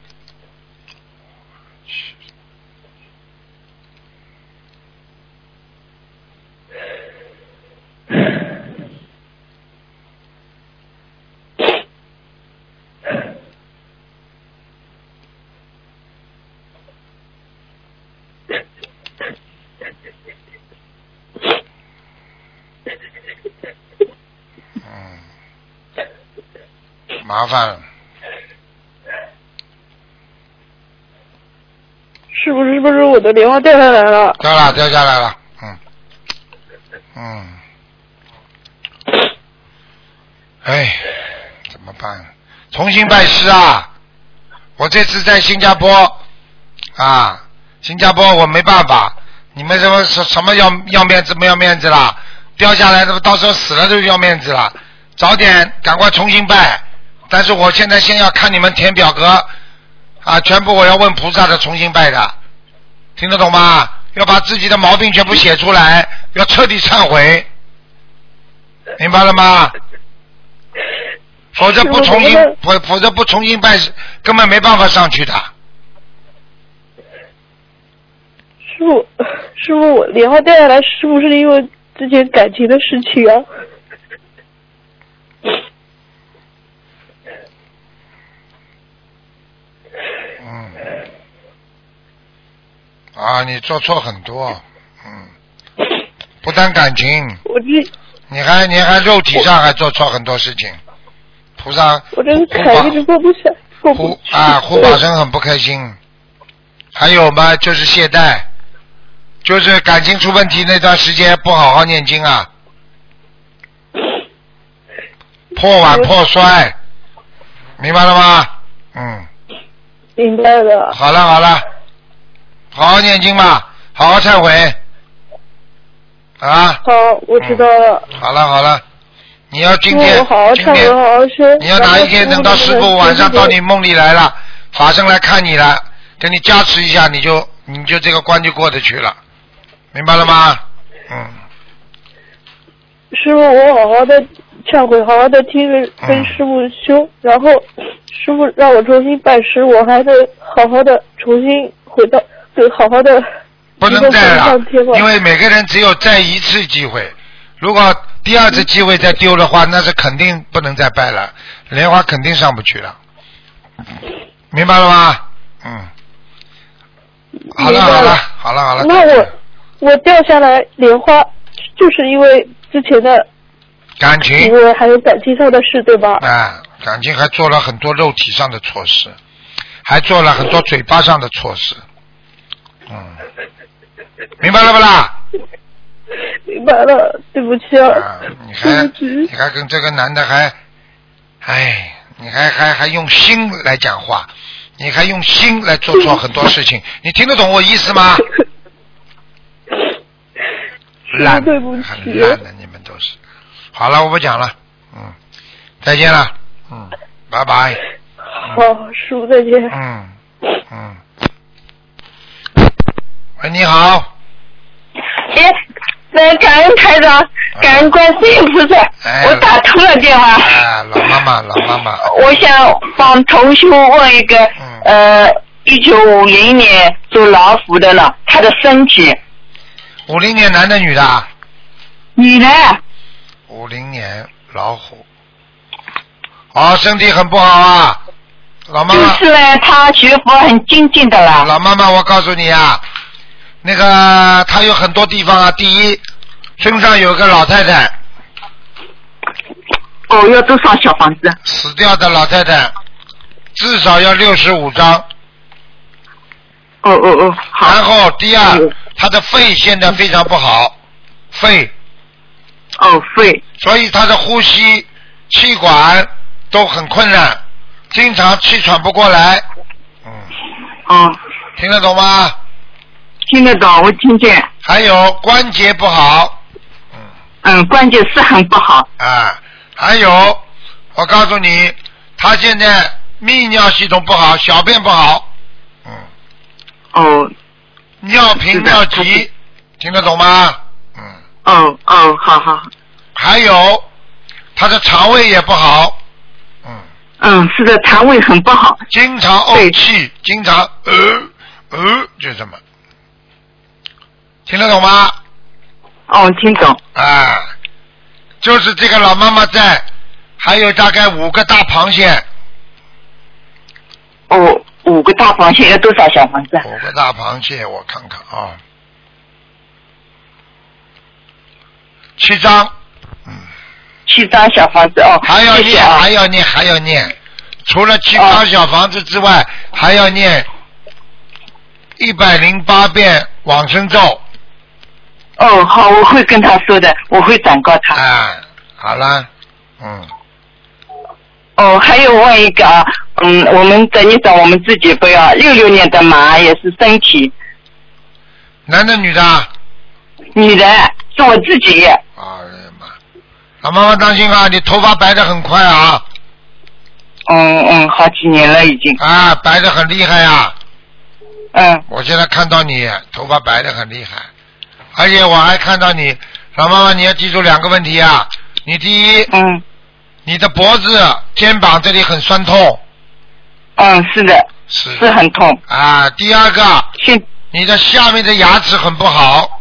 麻烦了。 是不是不是我的莲花掉下来了？ 掉了，掉下来了。嗯。嗯。哎，怎么办？重新拜师啊！我这次在新加坡啊，新加坡我没办法。你们什么什什么要要面子不要面子啦？掉下来，到时候死了都要面子了。早点赶快重新拜。但是我现在先要看你们填表格啊，全部我要问菩萨的重新拜的，听得懂吗？要把自己的毛病全部写出来，要彻底忏悔，明白了吗？否则不重新，否否则不重新拜，根本没办法上去的。 师傅，师傅，我莲花掉下来是不是因为之前感情的事情啊？ 嗯，啊，你做错很多，嗯，不单感情， 我这， 你还你还肉体上还做错很多事情，菩萨， 我这个坎一直过不下，过不去啊，护法神很不开心。还有嘛，就是懈怠，就是感情出问题那段时间不好好念经啊，破碗破摔，明白了吗？嗯。 明白了。 好了好了，好好念经吧，好好忏悔。啊。 好，我知道了。 嗯、好了好了，你要今天我好好忏悔，好好修。 你要哪一天等到师父晚上到你梦里来了，法身来看你了，给你加持一下，你就你就这个关就过得去了，明白了吗？嗯。 师父，我好好的忏悔，好好的听着跟师父修、嗯，然后师父让我重新拜师，我还得好好的重新回到，对，好好的。 不能再了，因为每个人只有再一次机会，如果第二次机会再丢的话，那是肯定不能再拜了，莲花肯定上不去了，明白了吗？嗯。好了好了好了好了。 那我我掉下来莲花，就是因为之前的感情， 因为还有感情上的事，对吧？ 啊，感情还做了很多肉体上的措施，还做了很多嘴巴上的措施，嗯，明白了不啦？ 明白了，对不起啊。 啊，你还你还跟这个男的还，哎，你还还还用心来讲话， 你还用心来做错很多事情，你听得懂我意思吗？烂， 对不起， 很烂的，你们都是。好了，我不讲了，嗯，再见了，嗯，拜拜。 好，师傅再见。 嗯嗯。喂，你好。 哎，那感恩台长，感恩观世音菩萨， 哎、 我打通了电话。 哎，老妈妈，老妈妈。 我想帮同修问一个， 嗯、 呃，一九五零年属老虎的了，他的身体。 五零年男的女的？ 女的。 五零年老虎。哦，身体很不好啊，老妈妈。 就是呢，他学佛很精进的啦。 老妈妈，我告诉你啊，那个他有很多地方啊，第一，身上有个老太太。 哦，要多少小房子？ 死掉的老太太，至少要六十五张。 哦哦哦，好。 然后第二，他的肺现在非常不好，肺。 哦，肺。 所以他的呼吸、气管都很困难，经常气喘不过来。嗯。 哦。 听得懂吗？ 听得懂，我听见。 还有关节不好。 嗯。嗯，关节是很不好。 啊，还有，我告诉你，他现在泌尿系统不好，小便不好。嗯。 哦。 尿频尿急，听得懂吗？嗯。 哦哦，好好。 还有，他的肠胃也不好。嗯。 嗯，是的，肠胃很不好。 经常怄气，经常呃呃，就这么。听得懂吗？ 哦，听懂。 啊，就是这个老妈妈在，还有大概五个大螃蟹。 哦，五个大螃蟹要多少小房子？ 五个大螃蟹，我看看啊，七张。嗯。 七张小房子哦。 还要念， 谢谢啊、 还要念，还要念。除了七张小房子之外，哦、还要念一百零八遍往生咒。 哦，好，我会跟他说的，我会转告他。 啊，好了，嗯。 哦，还有问一个啊，嗯，我们等一等，我们自己不要。六六年的马也是身体。 男的女的？ 女的，是我自己。 哎呀妈！老妈妈当心啊，你头发白的很快啊。 嗯嗯，好几年了已经。 啊，白的很厉害啊。 嗯。 我现在看到你头发白的很厉害，而且我还看到你，老妈妈你要记住两个问题啊。你第一， 嗯， 你的脖子、肩膀这里很酸痛。 嗯，是的。 是。 是很痛。 啊，第二个，你的下面的牙齿很不好。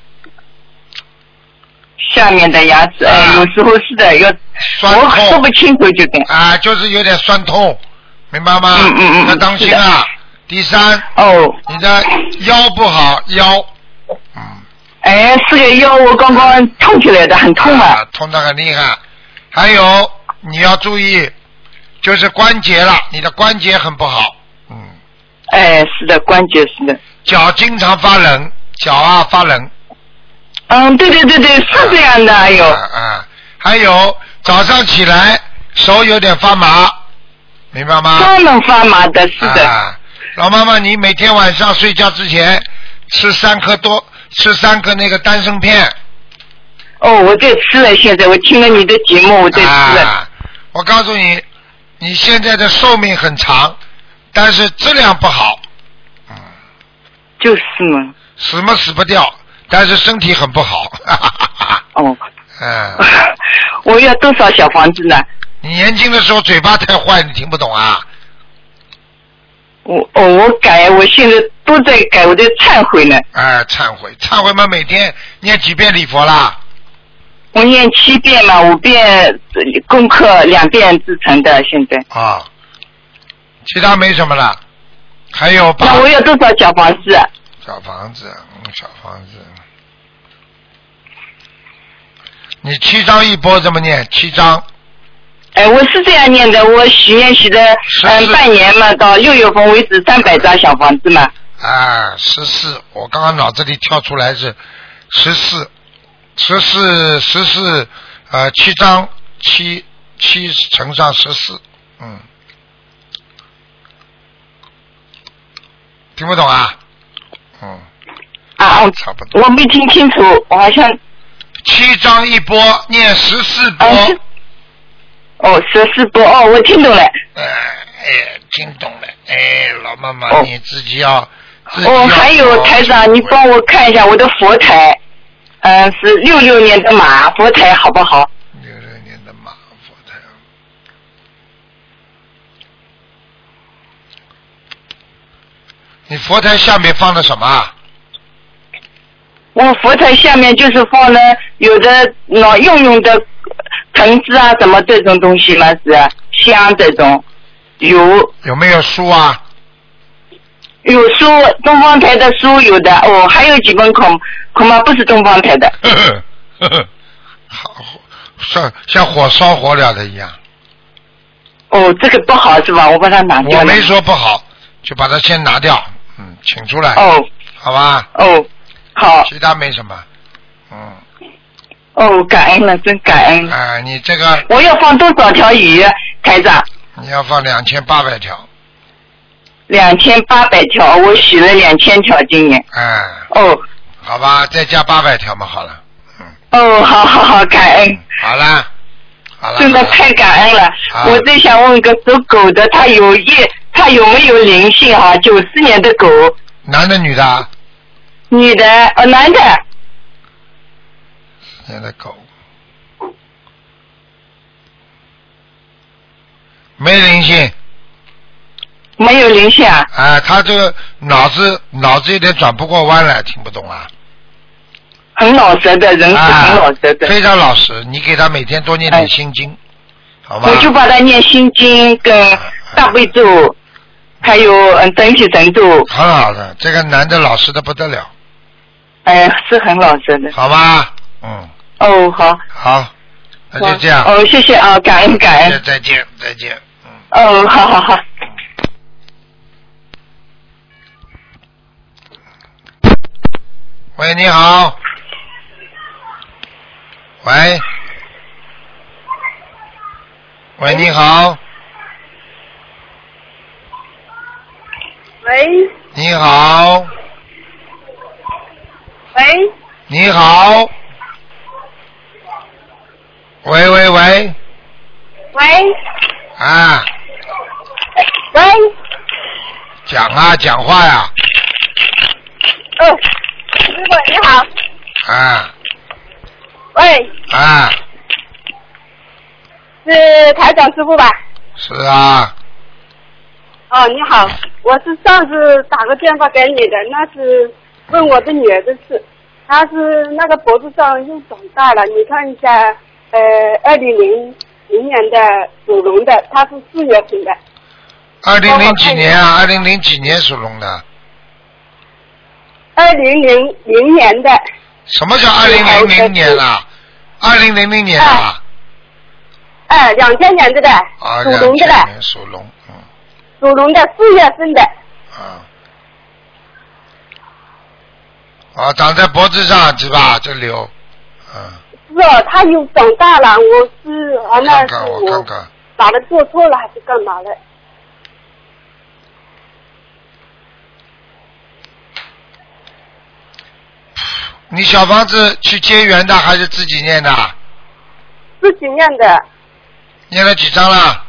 下面的牙齿，哎、啊，有时候是的，要酸痛， 我说不清楚就对。 啊，就是有点酸痛，明白吗？ 嗯嗯嗯。 要当心啊。第三， 哦， 你的腰不好，腰。嗯。 哎，是个腰，我刚刚痛起来的，很痛啊。 啊，痛得很厉害。还有你要注意，就是关节了，你的关节很不好。嗯。 哎，是的，关节是的。 脚经常发冷，脚啊发冷。 嗯，对对对对，是这样的，有。 啊啊，还有早上起来手有点发麻，明白吗？ 专门发麻的，是的。 啊，老妈妈，你每天晚上睡觉之前吃三颗多，吃三颗那个丹参片。 哦，我在吃了，现在我听了你的节目，我在吃了。 啊，我告诉你，你现在的寿命很长，但是质量不好。嗯。 就是嘛。 死嘛死不掉。但是身体很不好。 哦。 嗯。 我要多少小房子呢？ 你年轻的时候嘴巴太坏，你听不懂啊？ 我哦，我改，我现在都在改，我在忏悔呢。 哎，忏悔，忏悔嘛，每天念几遍礼佛啦？ 我念七遍嘛，五遍功课，两遍自成的，现在。 啊。其他没什么了。还有。 那我要多少小房子？ 小房子，嗯，小房子。你七张一波怎么念？七张。 哎，我是这样念的，我许愿许的，嗯，半年嘛，到六月份为止三百张小房子嘛。 啊，十四，我刚刚脑子里跳出来是十四，十四，十四，呃，七张，七七乘上十四，嗯。 听不懂啊？嗯。 啊， 差不多。 我没听清楚，我好像。 七张一波，念十四波。 啊、哦，十四波哦，我听懂了。 哎哎，听懂了。哎，老妈妈，哦、你自己要。自己要哦，还有台长，你帮我看一下我的佛台，嗯、呃，是六六年的马，佛台好不好？ 六六年的马，佛台。你佛台下面放的什么？ 我佛台下面就是放了有的老用用的藤枝啊，什么这种东西嘛，是香这种，有有没有书啊？ 有书，东方台的书有的哦，还有几本恐恐怕不是东方台的。 呵呵呵呵好，像像火烧火燎的一样。 哦，这个不好是吧？我把它拿掉。 我没说不好，就把它先拿掉，嗯，请出来。 哦。 好吧。 哦。好， 其他没什么，嗯。 哦，感恩了，真感恩。 啊，你这个。 我要放多少条鱼，台长？ 你要放两千八百条。 两千八百条，我许了两千条今年。 哎。 哦。 好吧，再加八百条嘛，好了。 嗯。哦，好好好，感恩。 嗯、好了，好了。 真的太感恩了。我再想问个属狗的，他有业，他有没有灵性啊？九四年的狗。 男的，女的？ 女的，哦，男的。 男的狗，没灵性。 没有灵性啊？ 啊，他这个脑子脑子有点转不过弯来，听不懂啊。 很老实的人是很老实的、 啊。非常老实，你给他每天多念点心经，哎、好吧？ 我就把他念心经跟大悲咒，啊、还有嗯准提神咒。 很好的，这个男的老实的不得了。 哎，是很老实的。 好吧，嗯。 哦，好。 好，那就这样。 哦，谢谢啊，感恩感恩。 再见，再见。 嗯。哦，好好好。 喂，你好。喂。喂，你好。 喂。 你好。 喂。 你好。喂喂喂。 喂。 啊。 喂。 讲啊，讲话呀。 哦，师傅你好。 啊。 喂。 啊。 是台长师傅吧？ 是啊。 哦，你好，我是上次打个电话给你的，那是问我的女儿的事，她是那个脖子上又长大了，你看一下，呃，二零零零年的属龙的，她是四月份的。 二零零几年啊？二零零几年属龙的？ 二零零零年的。 什么叫二零零零年啊？二零零零年啊？ 哎，两千年的的，属龙的的。 两千年属龙，嗯。 属龙的，四月份的。 啊。啊，长在脖子上是吧？这瘤，嗯。 是哦，他又长大了，我是啊，那是我看看， 打的做错了还是干嘛了？ 你小房子去结缘的还是自己念的？ 自己念的。 念了几张了？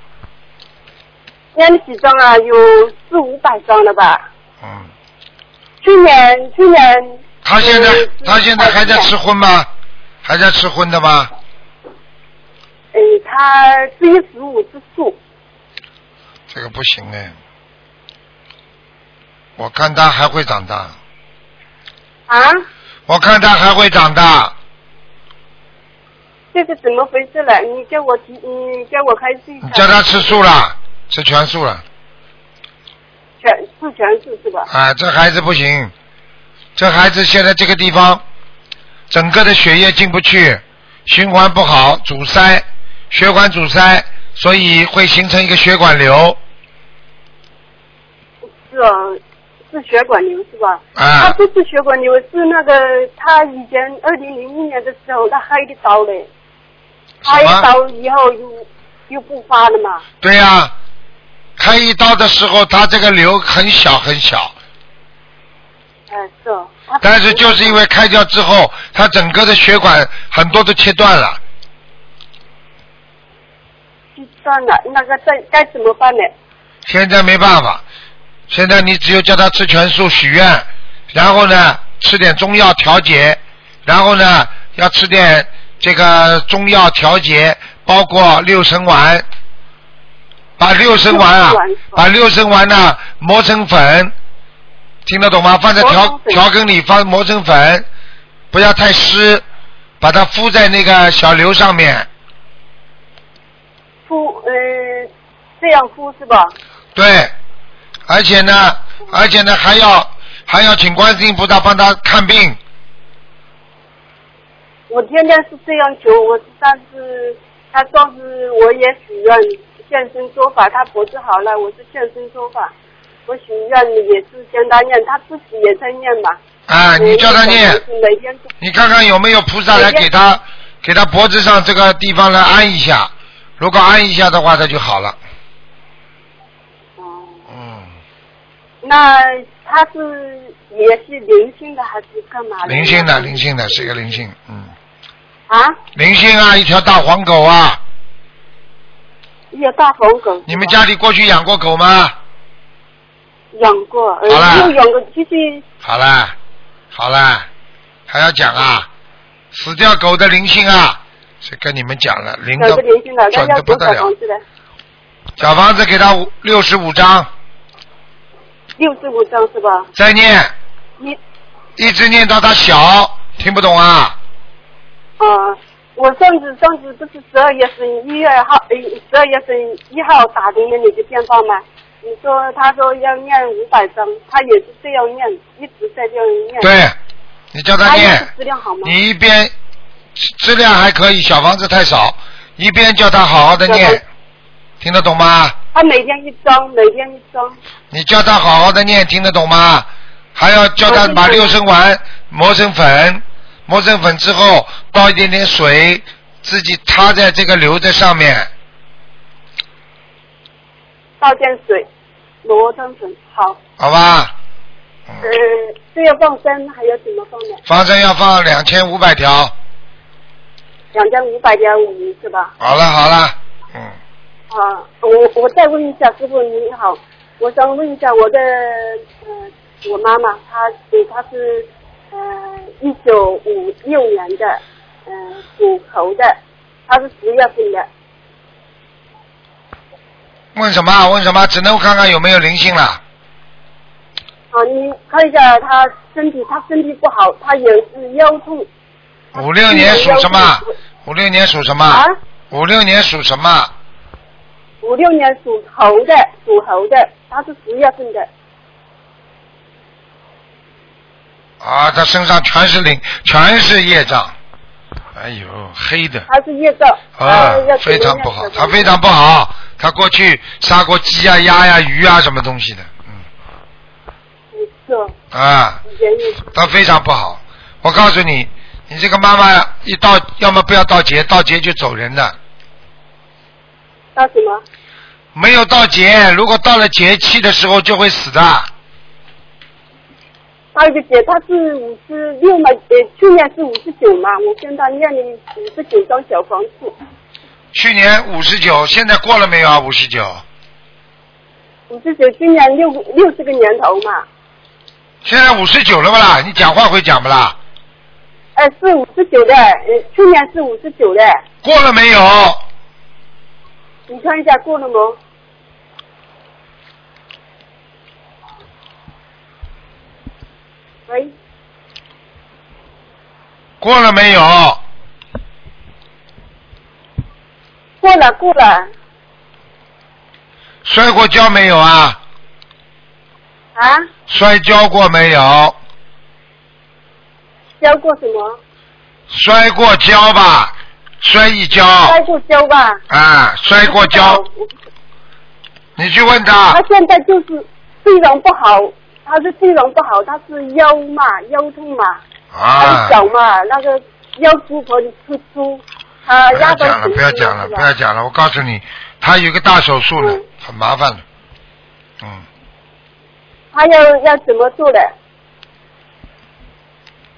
念了几张啊？有四五百张了吧？ 嗯。 去年，去年。 他现在，呃、他现在还在吃荤吗？还在吃荤的吗？ 哎，他这一十五是素。 这个不行哎，我看他还会长大。 啊？ 我看他还会长大。 这是怎么回事了？你叫我提，你叫我开示一下。 你叫他吃素了，吃全素了。 全吃全素是吧？ 啊，这孩子不行，这孩子现在这个地方，整个的血液进不去，循环不好，阻塞，血管阻塞，所以会形成一个血管瘤。 是啊。是血管瘤是吧？ 啊。 他不是血管瘤，是那个他以前二零零一年的时候他开的刀嘞，开一刀以后又又不发了嘛。 对呀、啊，开一刀的时候他这个瘤很小很小， 哎，是哦。他但是就是因为开掉之后，他整个的血管很多都切断了。 切断了，那个该该怎么办呢？ 现在没办法，现在你只有叫他吃全素许愿，然后呢吃点中药调节，然后呢要吃点这个中药调节，包括六神丸，把六神丸啊，把六神丸呢磨成粉，听得懂吗？放在调调羹里放磨成粉，不要太湿，把它敷在那个小瘤上面。 敷呃这样敷是吧？ 对，而且呢，而且呢还要还要请观世音菩萨帮他看病。 我天天是这样求，我但是他说是我也许愿现身说法，他不是好了，我是现身说法，我许愿也是跟他念，他自己也在念嘛。 啊，你叫他念， 每天你看看有没有菩萨来给他给他脖子上这个地方来安一下，如果安一下的话，他就好了。嗯， 那他是也是灵性的还是干嘛的？ 灵性的，灵性的是一个灵性，嗯。 啊？ 灵性啊，一条大黄狗啊。 一条大黄狗。 你们家里过去养过狗吗？ 养过，呃， 好了。 又养过，其实。 好了，好了，还要讲啊？死掉狗的灵性啊，是跟你们讲了，灵的准的不得了。小房子给他六十五张。 六十五张是吧？ 再念。 一。 一直念到他小，听不懂啊？ 啊、呃，我上次上次不是十二月份一月号，呃，十二月份一号打给你的电话吗？你说他说要念五百张，他也是这样念，一直在这样念。 对，你叫他念。 他质量好吗？ 你一边质量还可以，小房子太少，一边叫他好好的念，听得懂吗？ 他每天一张，每天一张。 你叫他好好的念，听得懂吗？还要叫他把六神丸磨成粉，磨成粉之后倒一点点水，自己擦在这个瘤的上面。 倒点水，磨成粉，好。 好吧。 嗯，这要放生还要怎么放呢？ 放生要放两千五百条。 两千五百条鱼是吧？ 好了好了，嗯。 啊，我我再问一下师傅你好，我想问一下我的呃我妈妈，她给她是呃一九五六年的，呃属猴的，她是十月份的。 问什么？问什么？只能看看有没有灵性了。 啊，你看一下她身体，她身体不好，她也是腰痛。 五六年属什么？五六年属什么？ 啊？ 五六年属什么？ 五六年属猴的，属猴的，他是十月份的。 啊，他身上全是灵，全是业障。哎呦，黑的。 他是业障。 啊，非常不好，他非常不好。他过去杀过鸡啊、鸭呀、鱼啊什么东西的，嗯。 是。 啊。他非常不好。我告诉你，你这个妈妈一到，要么不要到节，到节就走人的。 到什么？ 没有到节，如果到了节气的时候就会死的。 他一个节，他是五十六嘛，呃，去年是五十九嘛，我跟他念了五十九张小房子。 去年五十九，现在过了没有啊？五十九。 五十九，今年六六十个年头嘛。 现在五十九了不啦？你讲话会讲不啦？ 哎、呃，是五十九的，呃，去年是五十九的。 过了没有？ 你看一下过了吗？喂。 过了没有？ 过了，过了。 摔过跤没有啊？ 啊？ 摔跤过没有？ 跤过什么？ 摔过跤吧，摔一跤。 摔过跤吧。 啊，摔过跤。你去问他。 他现在就是非常不好，他是非常不好，他是腰嘛，腰痛嘛， 啊、 他的脚嘛，那个腰骨婆的突出，他压不要讲了，不要讲了，不要讲了，我告诉你，他有个大手术呢，嗯、很麻烦的，嗯。 他要要怎么做的？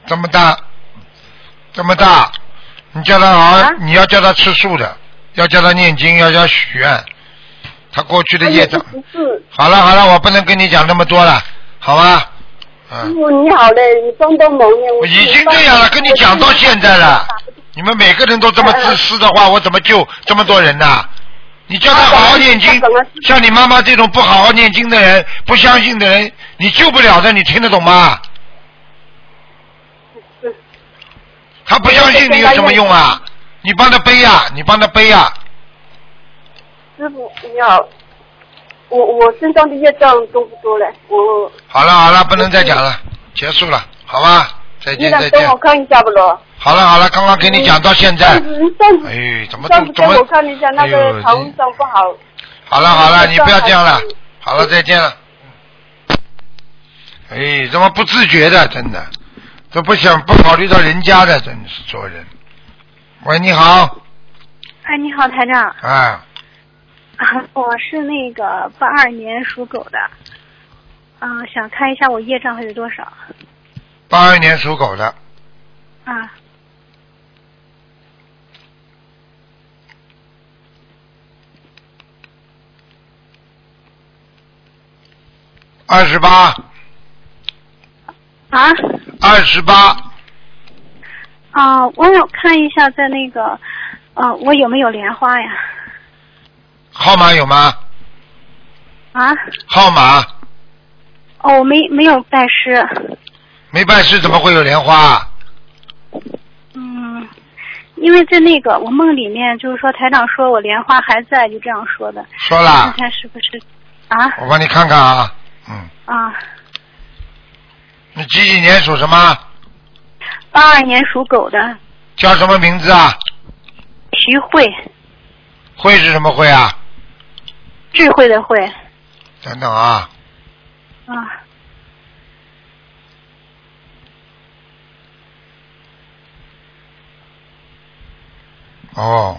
这么大，这么大，你叫他好， 啊、 你要叫他吃素的，要叫他念经，要叫他许愿。他过去的业障。好了好了，我不能跟你讲那么多了，好吧？嗯。 师傅你好嘞，你帮帮忙呀！ 我已经这样了，跟你讲到现在了。你们每个人都这么自私的话，我怎么救这么多人呢？你叫他好好念经，像你妈妈这种不好好念经的人，不相信的人，你救不了的，你听得懂吗？他不相信你有什么用啊？你帮他背呀，你帮他背呀。 师傅你好，我我身上的业障多不多嘞？我好了好了，不能再讲了，结束了，好吧？再见再见。 你能帮我看一下不咯？ 好了好了，刚刚给你讲到现在。 上哎，怎么上次怎么？ 我看一下那个肠胃上不好。 好了好了，你不要这样了。好了，再见了。哎，怎么不自觉的，真的，都不想不考虑到人家的，真是做人。喂，你好。 哎，你好，台长。 哎。 啊，我是那个八二年属狗的，啊，想看一下我业障还有多少。 八二年属狗的。 啊。 二十八。 啊。 二十八。 啊，我想看一下在那个，呃，我有没有莲花呀？ 号码有吗？ 啊？ 号码？ 哦，我没没有拜师。 没拜师怎么会有莲花？ 嗯，因为在那个我梦里面就是说台长说我莲花还在，就这样说的。 说了。 看看是不是？啊？ 我帮你看看啊，嗯。 啊。 你几几年属什么？ 八二年属狗的。 叫什么名字啊？ 徐慧。 慧是什么慧啊？ 智慧的慧。 等等啊。 啊。 哦。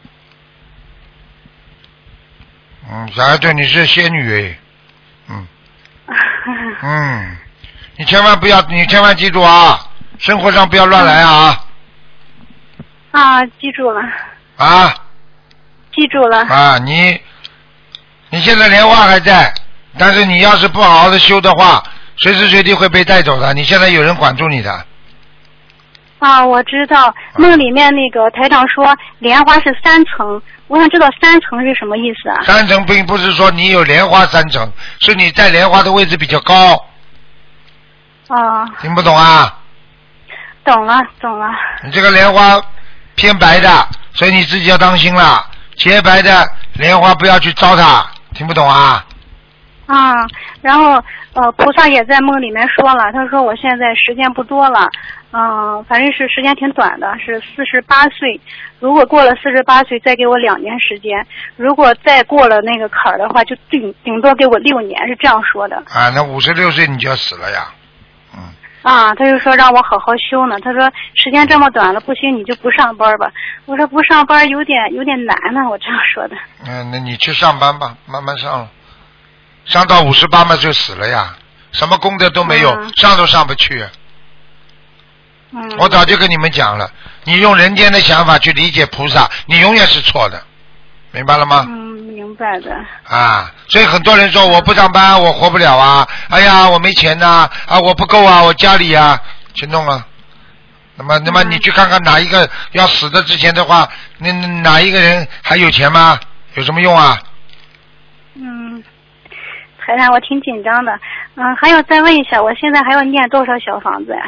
嗯，小孩对你是仙女诶。嗯。嗯，你千万不要，你千万记住啊，生活上不要乱来啊。 啊，记住了。 啊。 记住了。 啊，你，你现在莲花还在，但是你要是不好好的修的话，随时随地会被带走的。你现在有人管住你的。 啊，我知道，梦里面那个台长说莲花是三层，我想知道三层是什么意思啊？ 三层并不是说你有莲花三层，是你在莲花的位置比较高。 啊。 听不懂啊？ 懂了，懂了。 你这个莲花偏白的，所以你自己要当心了。洁白的莲花不要去糟蹋，听不懂啊？ 啊，然后呃，菩萨也在梦里面说了，他说我现在时间不多了，嗯、呃，反正是时间挺短的，是四十八岁。如果过了四十八岁，再给我两年时间；如果再过了那个坎儿的话，就顶顶多给我六年，是这样说的。 啊，那五十六岁你就要死了呀。嗯。 啊，他就说让我好好修呢。他说时间这么短了，不行你就不上班吧。我说不上班有点有点难呢，我这样说的。 嗯，那你去上班吧，慢慢上，上到五十八嘛就死了呀，什么功德都没有，嗯、上都上不去。 嗯。 我早就跟你们讲了，你用人间的想法去理解菩萨，你永远是错的，明白了吗？ 嗯，明白的。 啊，所以很多人说我不上班我活不了啊，哎呀我没钱呐、啊，啊我不够啊，我家里啊去弄啊。那么那么你去看看哪一个要死的之前的话，那哪一个人还有钱吗？有什么用啊？ 嗯，台长我挺紧张的，嗯，还要再问一下，我现在还要念多少小房子呀？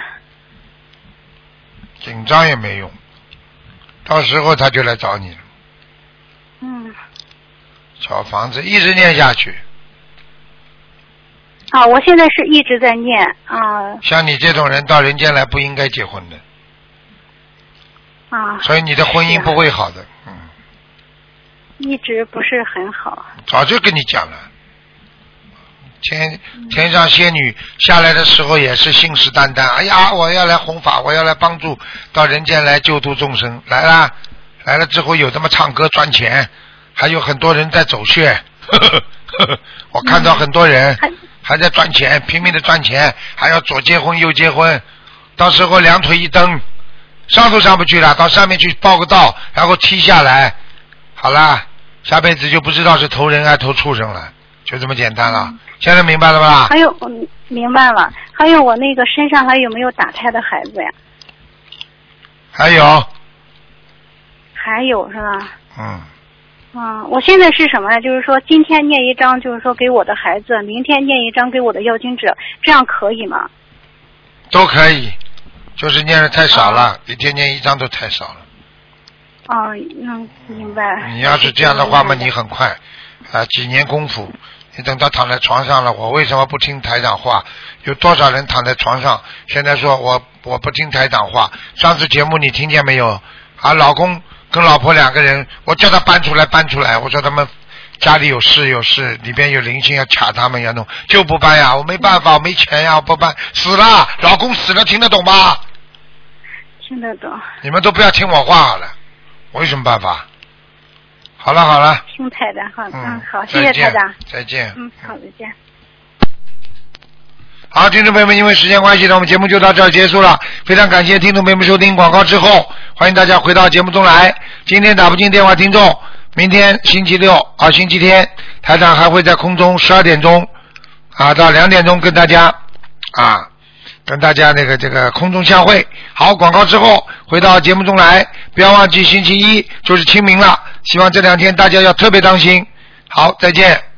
紧张也没用，到时候他就来找你了。 嗯。 小房子一直念下去。 啊，我现在是一直在念啊。 像你这种人到人间来不应该结婚的。 啊。 所以你的婚姻不会好的，嗯。 一直不是很好。 早就跟你讲了，天天上仙女下来的时候也是信誓旦旦，哎呀，我要来弘法，我要来帮助到人间来救度众生，来啦，来了之后有这么唱歌赚钱。还有很多人在走穴，呵呵呵呵我看到很多人还在赚钱，拼命的赚钱，还要左结婚右结婚， 到时候两腿一蹬，上都上不去了，到上面去报个到，然后踢下来，好啦，下辈子就不知道是投人还投畜生了，就这么简单了。嗯、现在明白了吧？ 还有，嗯，明白了。还有我那个身上还有没有打胎的孩子呀？ 还有。 还有是吧？ 嗯。 嗯，我现在是什么呢？就是说今天念一张，就是说给我的孩子，明天念一张给我的要经者，这样可以吗？ 都可以，就是念的太少了，啊、一天念一张都太少了。 哦，嗯，明白了。 你要是这样的话嘛，你很快啊，几年功夫，你等到躺在床上了，我为什么不听台长话？有多少人躺在床上，现在说我我不听台长话？上次节目你听见没有？啊，老公跟老婆两个人，我叫他搬出来搬出来，我说他们家里有事有事，里边有灵性要卡他们要弄，就不搬呀，我没办法，我没钱呀，我不搬，死了，老公死了，听得懂吗？ 听得懂。 你们都不要听我话好了，我有什么办法？好了好了。 听台长，好，嗯，好，谢谢台长。 再见。 嗯，好，再见。 好，听众朋友们，因为时间关系呢，我们节目就到这儿结束了。非常感谢听众朋友们收听广告之后，欢迎大家回到节目中来。今天打不进电话听众，明天星期六啊，星期天台长还会在空中十二点钟啊到两点钟跟大家啊跟大家那个这个空中相会。好，广告之后回到节目中来，不要忘记星期一就是清明了，希望这两天大家要特别当心。好，再见。